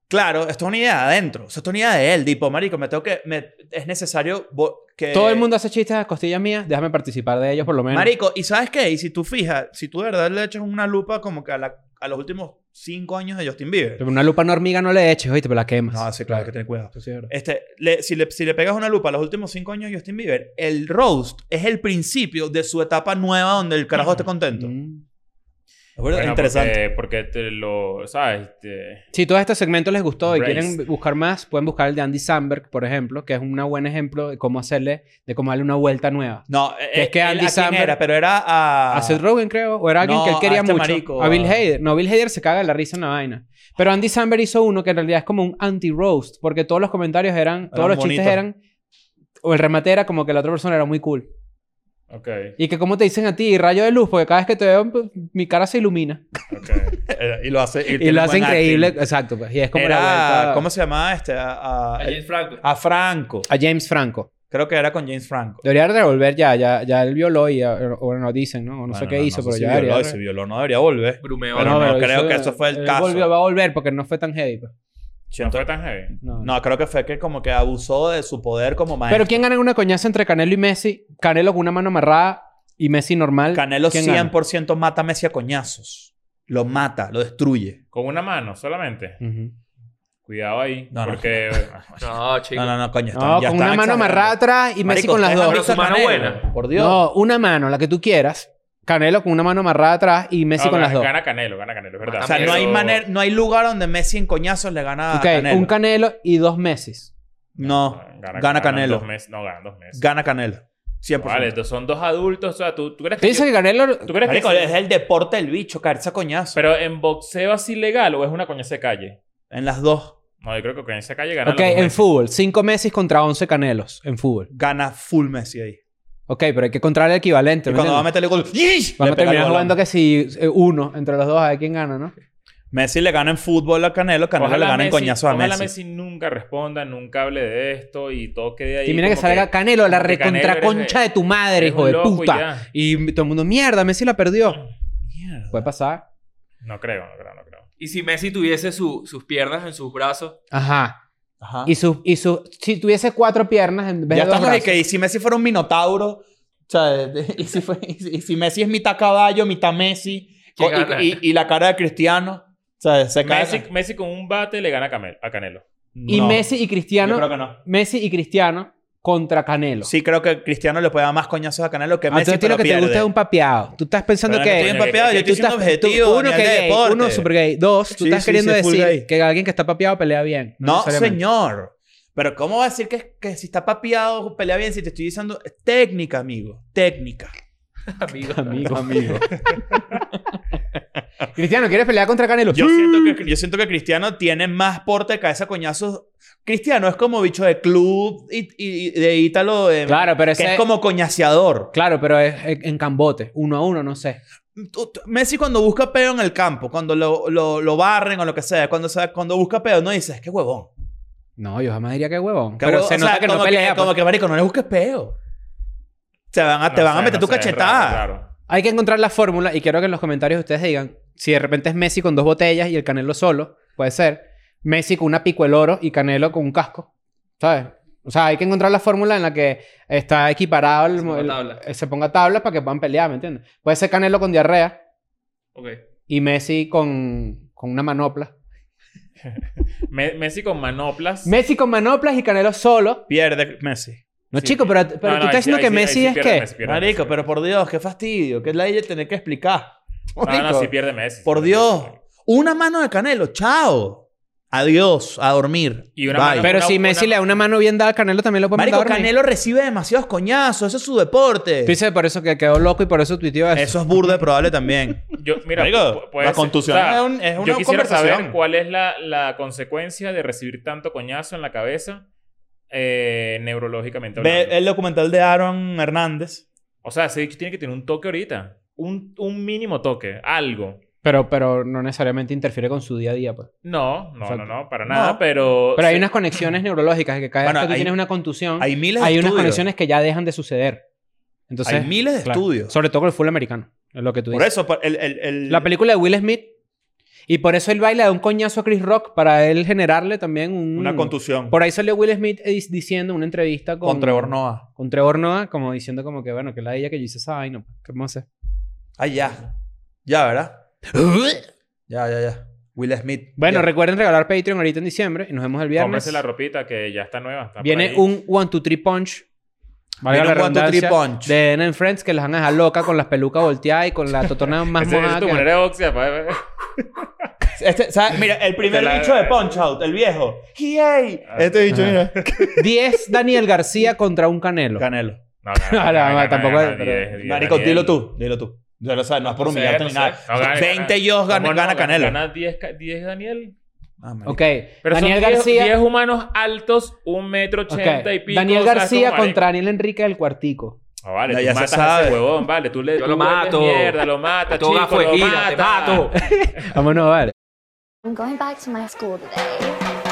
Claro, esto es una idea de adentro. O sea, esto es una idea de él. Tipo, marico, me tengo que... me- es necesario vo- que... Todo el mundo hace chistes a costillas mías. Déjame participar de ellos por lo menos. Marico, ¿y sabes qué? Y si tú fijas, si tú de verdad le echas una lupa como que a, la- a los últimos cinco años de Justin Bieber. Pero una lupa no hormiga no le eches, oíste, pero la quemas. No, sí, claro, hay que tener cuidado. Eso sí es verdad. Este, le- si, le, si le pegas una lupa a los últimos cinco años de Justin Bieber, el roast es el principio de su etapa nueva donde el carajo esté contento. Mm. Es verdad, Bueno, interesante. Porque, porque te lo... ¿Sabes? Te- Si todo este segmento les gustó y Race. quieren buscar más, pueden buscar el de Andy Samberg, por ejemplo, que es un buen ejemplo de cómo hacerle, de cómo darle una vuelta nueva. No, que es que él- Andy ¿a quién Samberg- era? Pero era a... A Seth Rogen, creo, o era alguien No, que él quería a este mucho. marico, a Bill a- Hader. No, Bill Hader se caga de la risa en la vaina. Pero Andy Samberg hizo uno que en realidad es como un anti-roast, porque todos los comentarios eran, todos los chistes bonitos. eran, o el remate era como que la otra persona era muy cool. Ok. Y que como te dicen a ti, rayo de luz, porque cada vez que te veo, pues, mi cara se ilumina. Ok. y lo hace... Y tiene lo hace buen increíble, acting. exacto. Pues. Y es como Era... la vuelta ¿Cómo se llamaba este? A, a- A James Franco. a Franco. a James Franco. Creo que era con James Franco. Debería revolver ya, ya, ya él violó y, o bueno, dicen, ¿no? O no sé Bueno, qué hizo, pero sé ya si violó, debería. si violó no debería volver. Brumeo. Pero no creo que eso fue el él caso. Volvió, va a volver porque no fue tan heavy. Pues. ¿No Siento- fue tan heavy? No, No, creo que fue que como que abusó de su poder como maestro. Pero ¿quién gana en una coñaza entre Canelo y Messi? Canelo con una mano amarrada y Messi normal. Canelo ¿Quién cien por ciento mata a Messi a coñazos. Lo mata, lo destruye. ¿Con una mano solamente? gana? Ujú. Cuidado ahí. No, no. porque... No, chico. No, no, no, coño. No, ya con están una mano exagerando. amarrada atrás y Messi Marico, con las ustedes han dos. Pero visto su a mano Canelo, buena. Por Dios. No, una mano, la que tú quieras. Canelo con una mano amarrada atrás y Messi No, con gana, las dos. Gana Canelo, gana Canelo, es verdad. O sea, no hay, Eso- manera, no hay lugar donde Messi en coñazos le gana a Ok, Canelo. un Canelo y dos Messis. No, Gana, gana, ganan Canelo. dos meses- no, ganan dos meses. Gana Canelo. cien por ciento. Vale, entonces son dos adultos. O sea, ¿tú, tú crees ¿Tú que... dices yo- que Canelo... ¿Tú crees Marico, que... es el deporte del bicho, caerse a coñazos. Pero en boxeo así legal o es una coñaza de calle? En las dos. No, yo creo que coñaza de calle gana Ok, los dos en meses. fútbol. Cinco Messis contra once Canelos. En fútbol. Gana full Messi ahí. Ok, pero hay que encontrar el equivalente. Y ¿me cuando va a entiendes? meterle gol... ¡yish! Vamos Le a pega el terminar balón. jugando que si eh, uno entre los dos a ver quién gana, ¿no? Messi le gana en fútbol a Canelo. Canelo le gana en coñazos a ojalá Messi. Messi nunca responda, nunca hable de esto y todo quede ahí. Y mira que como salga Canelo, la como que Canelo recontra eres concha de- de tu madre, eres hijo un de loco y puta. ya. Y, todo el mundo, mierda, Messi la perdió. Mierda. Puede pasar. No creo, no creo, no creo. Y si Messi tuviese su- sus piernas en sus brazos. Ajá. Ajá. Y su, y su, si tuviese cuatro piernas en vez Ya de dos estamos ahí brazos. que y si Messi fuera un minotauro, o sea, de- y si, fue- y si- y si Messi es mitad caballo, mitad Messi, ¿Quién co- gana? y, y- y la cara de Cristiano, o sea, se cae. Messi, Messi con un bate le gana a, Camel- a Canelo. Y No, Messi y yo Cristiano. creo que no. Messi y Cristiano contra Canelo. Sí creo que Cristiano le puede dar más coñazos a Canelo que Ah, Messi, entonces a ti pero lo que te pierde. gusta es un papeado. Tú estás pensando Pero que... no estoy empapeado, yo tú estoy siendo estás- objetivo, tú- uno Daniel, que de gay, deporte. uno super gay. Dos, tú Sí, estás sí, queriendo sí, full decir gay. que alguien que está papeado pelea bien. No, necesariamente. señor. Pero ¿cómo va a decir que, que si está papeado pelea bien si te estoy diciendo es técnica, amigo? Técnica. Amigo. Amigo, amigo. Cristiano, ¿quieres pelear contra Canelo? Yo siento, que, yo siento que Cristiano tiene más porte de cabeza a coñazos. Cristiano es como bicho de club y, y- y de Ítalo. de- Claro, pero que ese- es como coñaseador. Claro, pero es es en cambote. Uno a uno, no sé. Tú- tú- Messi cuando busca peo en el campo, cuando lo, lo, lo barren o lo que sea, cuando, se- cuando busca peo, no dices, qué huevón. No, yo jamás diría que huevón. Qué Pero huevón. se O nota sea, que no como pelea. como pues. que, marico, no le busques peo. Te van a, te No van a sé, meter no tu sé, es cachetada. raro, es raro. Hay que encontrar la fórmula y quiero que en los comentarios ustedes digan si de repente es Messi con dos botellas y el Canelo solo. Puede ser. Messi con una pico el oro y Canelo con un casco. ¿Sabes? O sea, hay que encontrar la fórmula en la que está equiparado el... Se ponga el- tabla. eh, se ponga tabla para que puedan pelear, ¿me entiendes? Puede ser Canelo con diarrea Ok. y Messi con, con una manopla. Me- Messi con manoplas. Messi con manoplas y Canelo solo. Pierde Messi. No, Sí. chico, pero, pero No, tú no, estás ahí sí- diciendo ahí que sí- Messi ahí sí es pierde qué. Messi, pierde Marico, Messi. pero por Dios, qué fastidio. Que es la ella tener que explicar. No, no, Marico, sí pierde Messi. por sí pierde Dios. Messi. Una mano de Canelo. Chao. Adiós. A dormir. Y una Bye. mano- Pero Una- si Messi una- le da una mano bien dada al Canelo, también lo puede Marico, mandar a dormir. Canelo recibe demasiados coñazos. Eso es su deporte. Tú dices por eso que quedó loco y por eso tuiteó eso. Eso es burde probable también. Yo, mira, Marico, pu- puede la ser- contusión o sea, es un- es una yo quisiera conversación. saber cuál es la, la consecuencia de recibir tanto coñazo en la cabeza eh, neurológicamente Ve hablando. el documental de Aaron Hernández. O sea, ese bicho tiene que tener un toque ahorita. Un, un mínimo toque. Algo. Pero, pero no necesariamente interfiere con su día a día, pues. No, no, Exacto. no, no. Para nada. No. Pero... Pero hay sí. unas conexiones neurológicas que cada vez Bueno, que tú hay- tienes una contusión, Hay miles de hay unas estudios. conexiones que ya dejan de suceder. Entonces, Hay miles de claro, estudios. Sobre todo con el fútbol americano. Es lo que tú Por dices. eso, el, el, el- La película de Will Smith Y por eso él baila de un coñazo a Chris Rock para él generarle también un... Una contusión. Por ahí salió Will Smith dis- diciendo en una entrevista con... Con Trevor Noah. Con Trevor Noah, como diciendo como que, bueno, que la de ella que yo hice esa vaina. ¿Qué vamos a hacer? Ah, ya. Ya, ¿verdad? Ya, ya, ya. Will Smith. Bueno, Ya. recuerden regalar Patreon ahorita en diciembre y nos vemos el viernes. Cómprese la ropita que ya está nueva. Está por Viene ahí. un one two three punch. Valga Viene la un one, two, three redundancia, punch. de N and Friends que las van a dejar locas con las pelucas volteadas y con la totona más Ese- esa mojada. es tu que- manera de boxear. pa- Este, ¿sabes? Mira, el primer Te la- bicho de Punch Out, el viejo. ¡Yay! Este bicho, mira. diez Daniel García contra un Canelo. Canelo. No, No, no, no, tampoco es- es. Marico, dilo tú. Dilo tú. Yo lo sé, no es por No sé, humillarte no ni sé. nada. No, gana- veinte yo gana, ¿Cómo no? gana Canelo. Gana diez, ca- diez Daniel. Ah, marico. Ok. Pero Daniel son diez, García. diez humanos altos, un metro Ok. ochenta y pico. Daniel ¿sabes García cómo, marico? contra Daniel Enrique del Cuartico. Ah, vale, Ya, tú ya se matas a sabe. ese huevón, vale. Tú le Yo tú lo vuelves mato. mierda, lo matas, Todo chico, gafo de lo gira, te matas. mato. Vámonos, vale. I'm going back to my school today.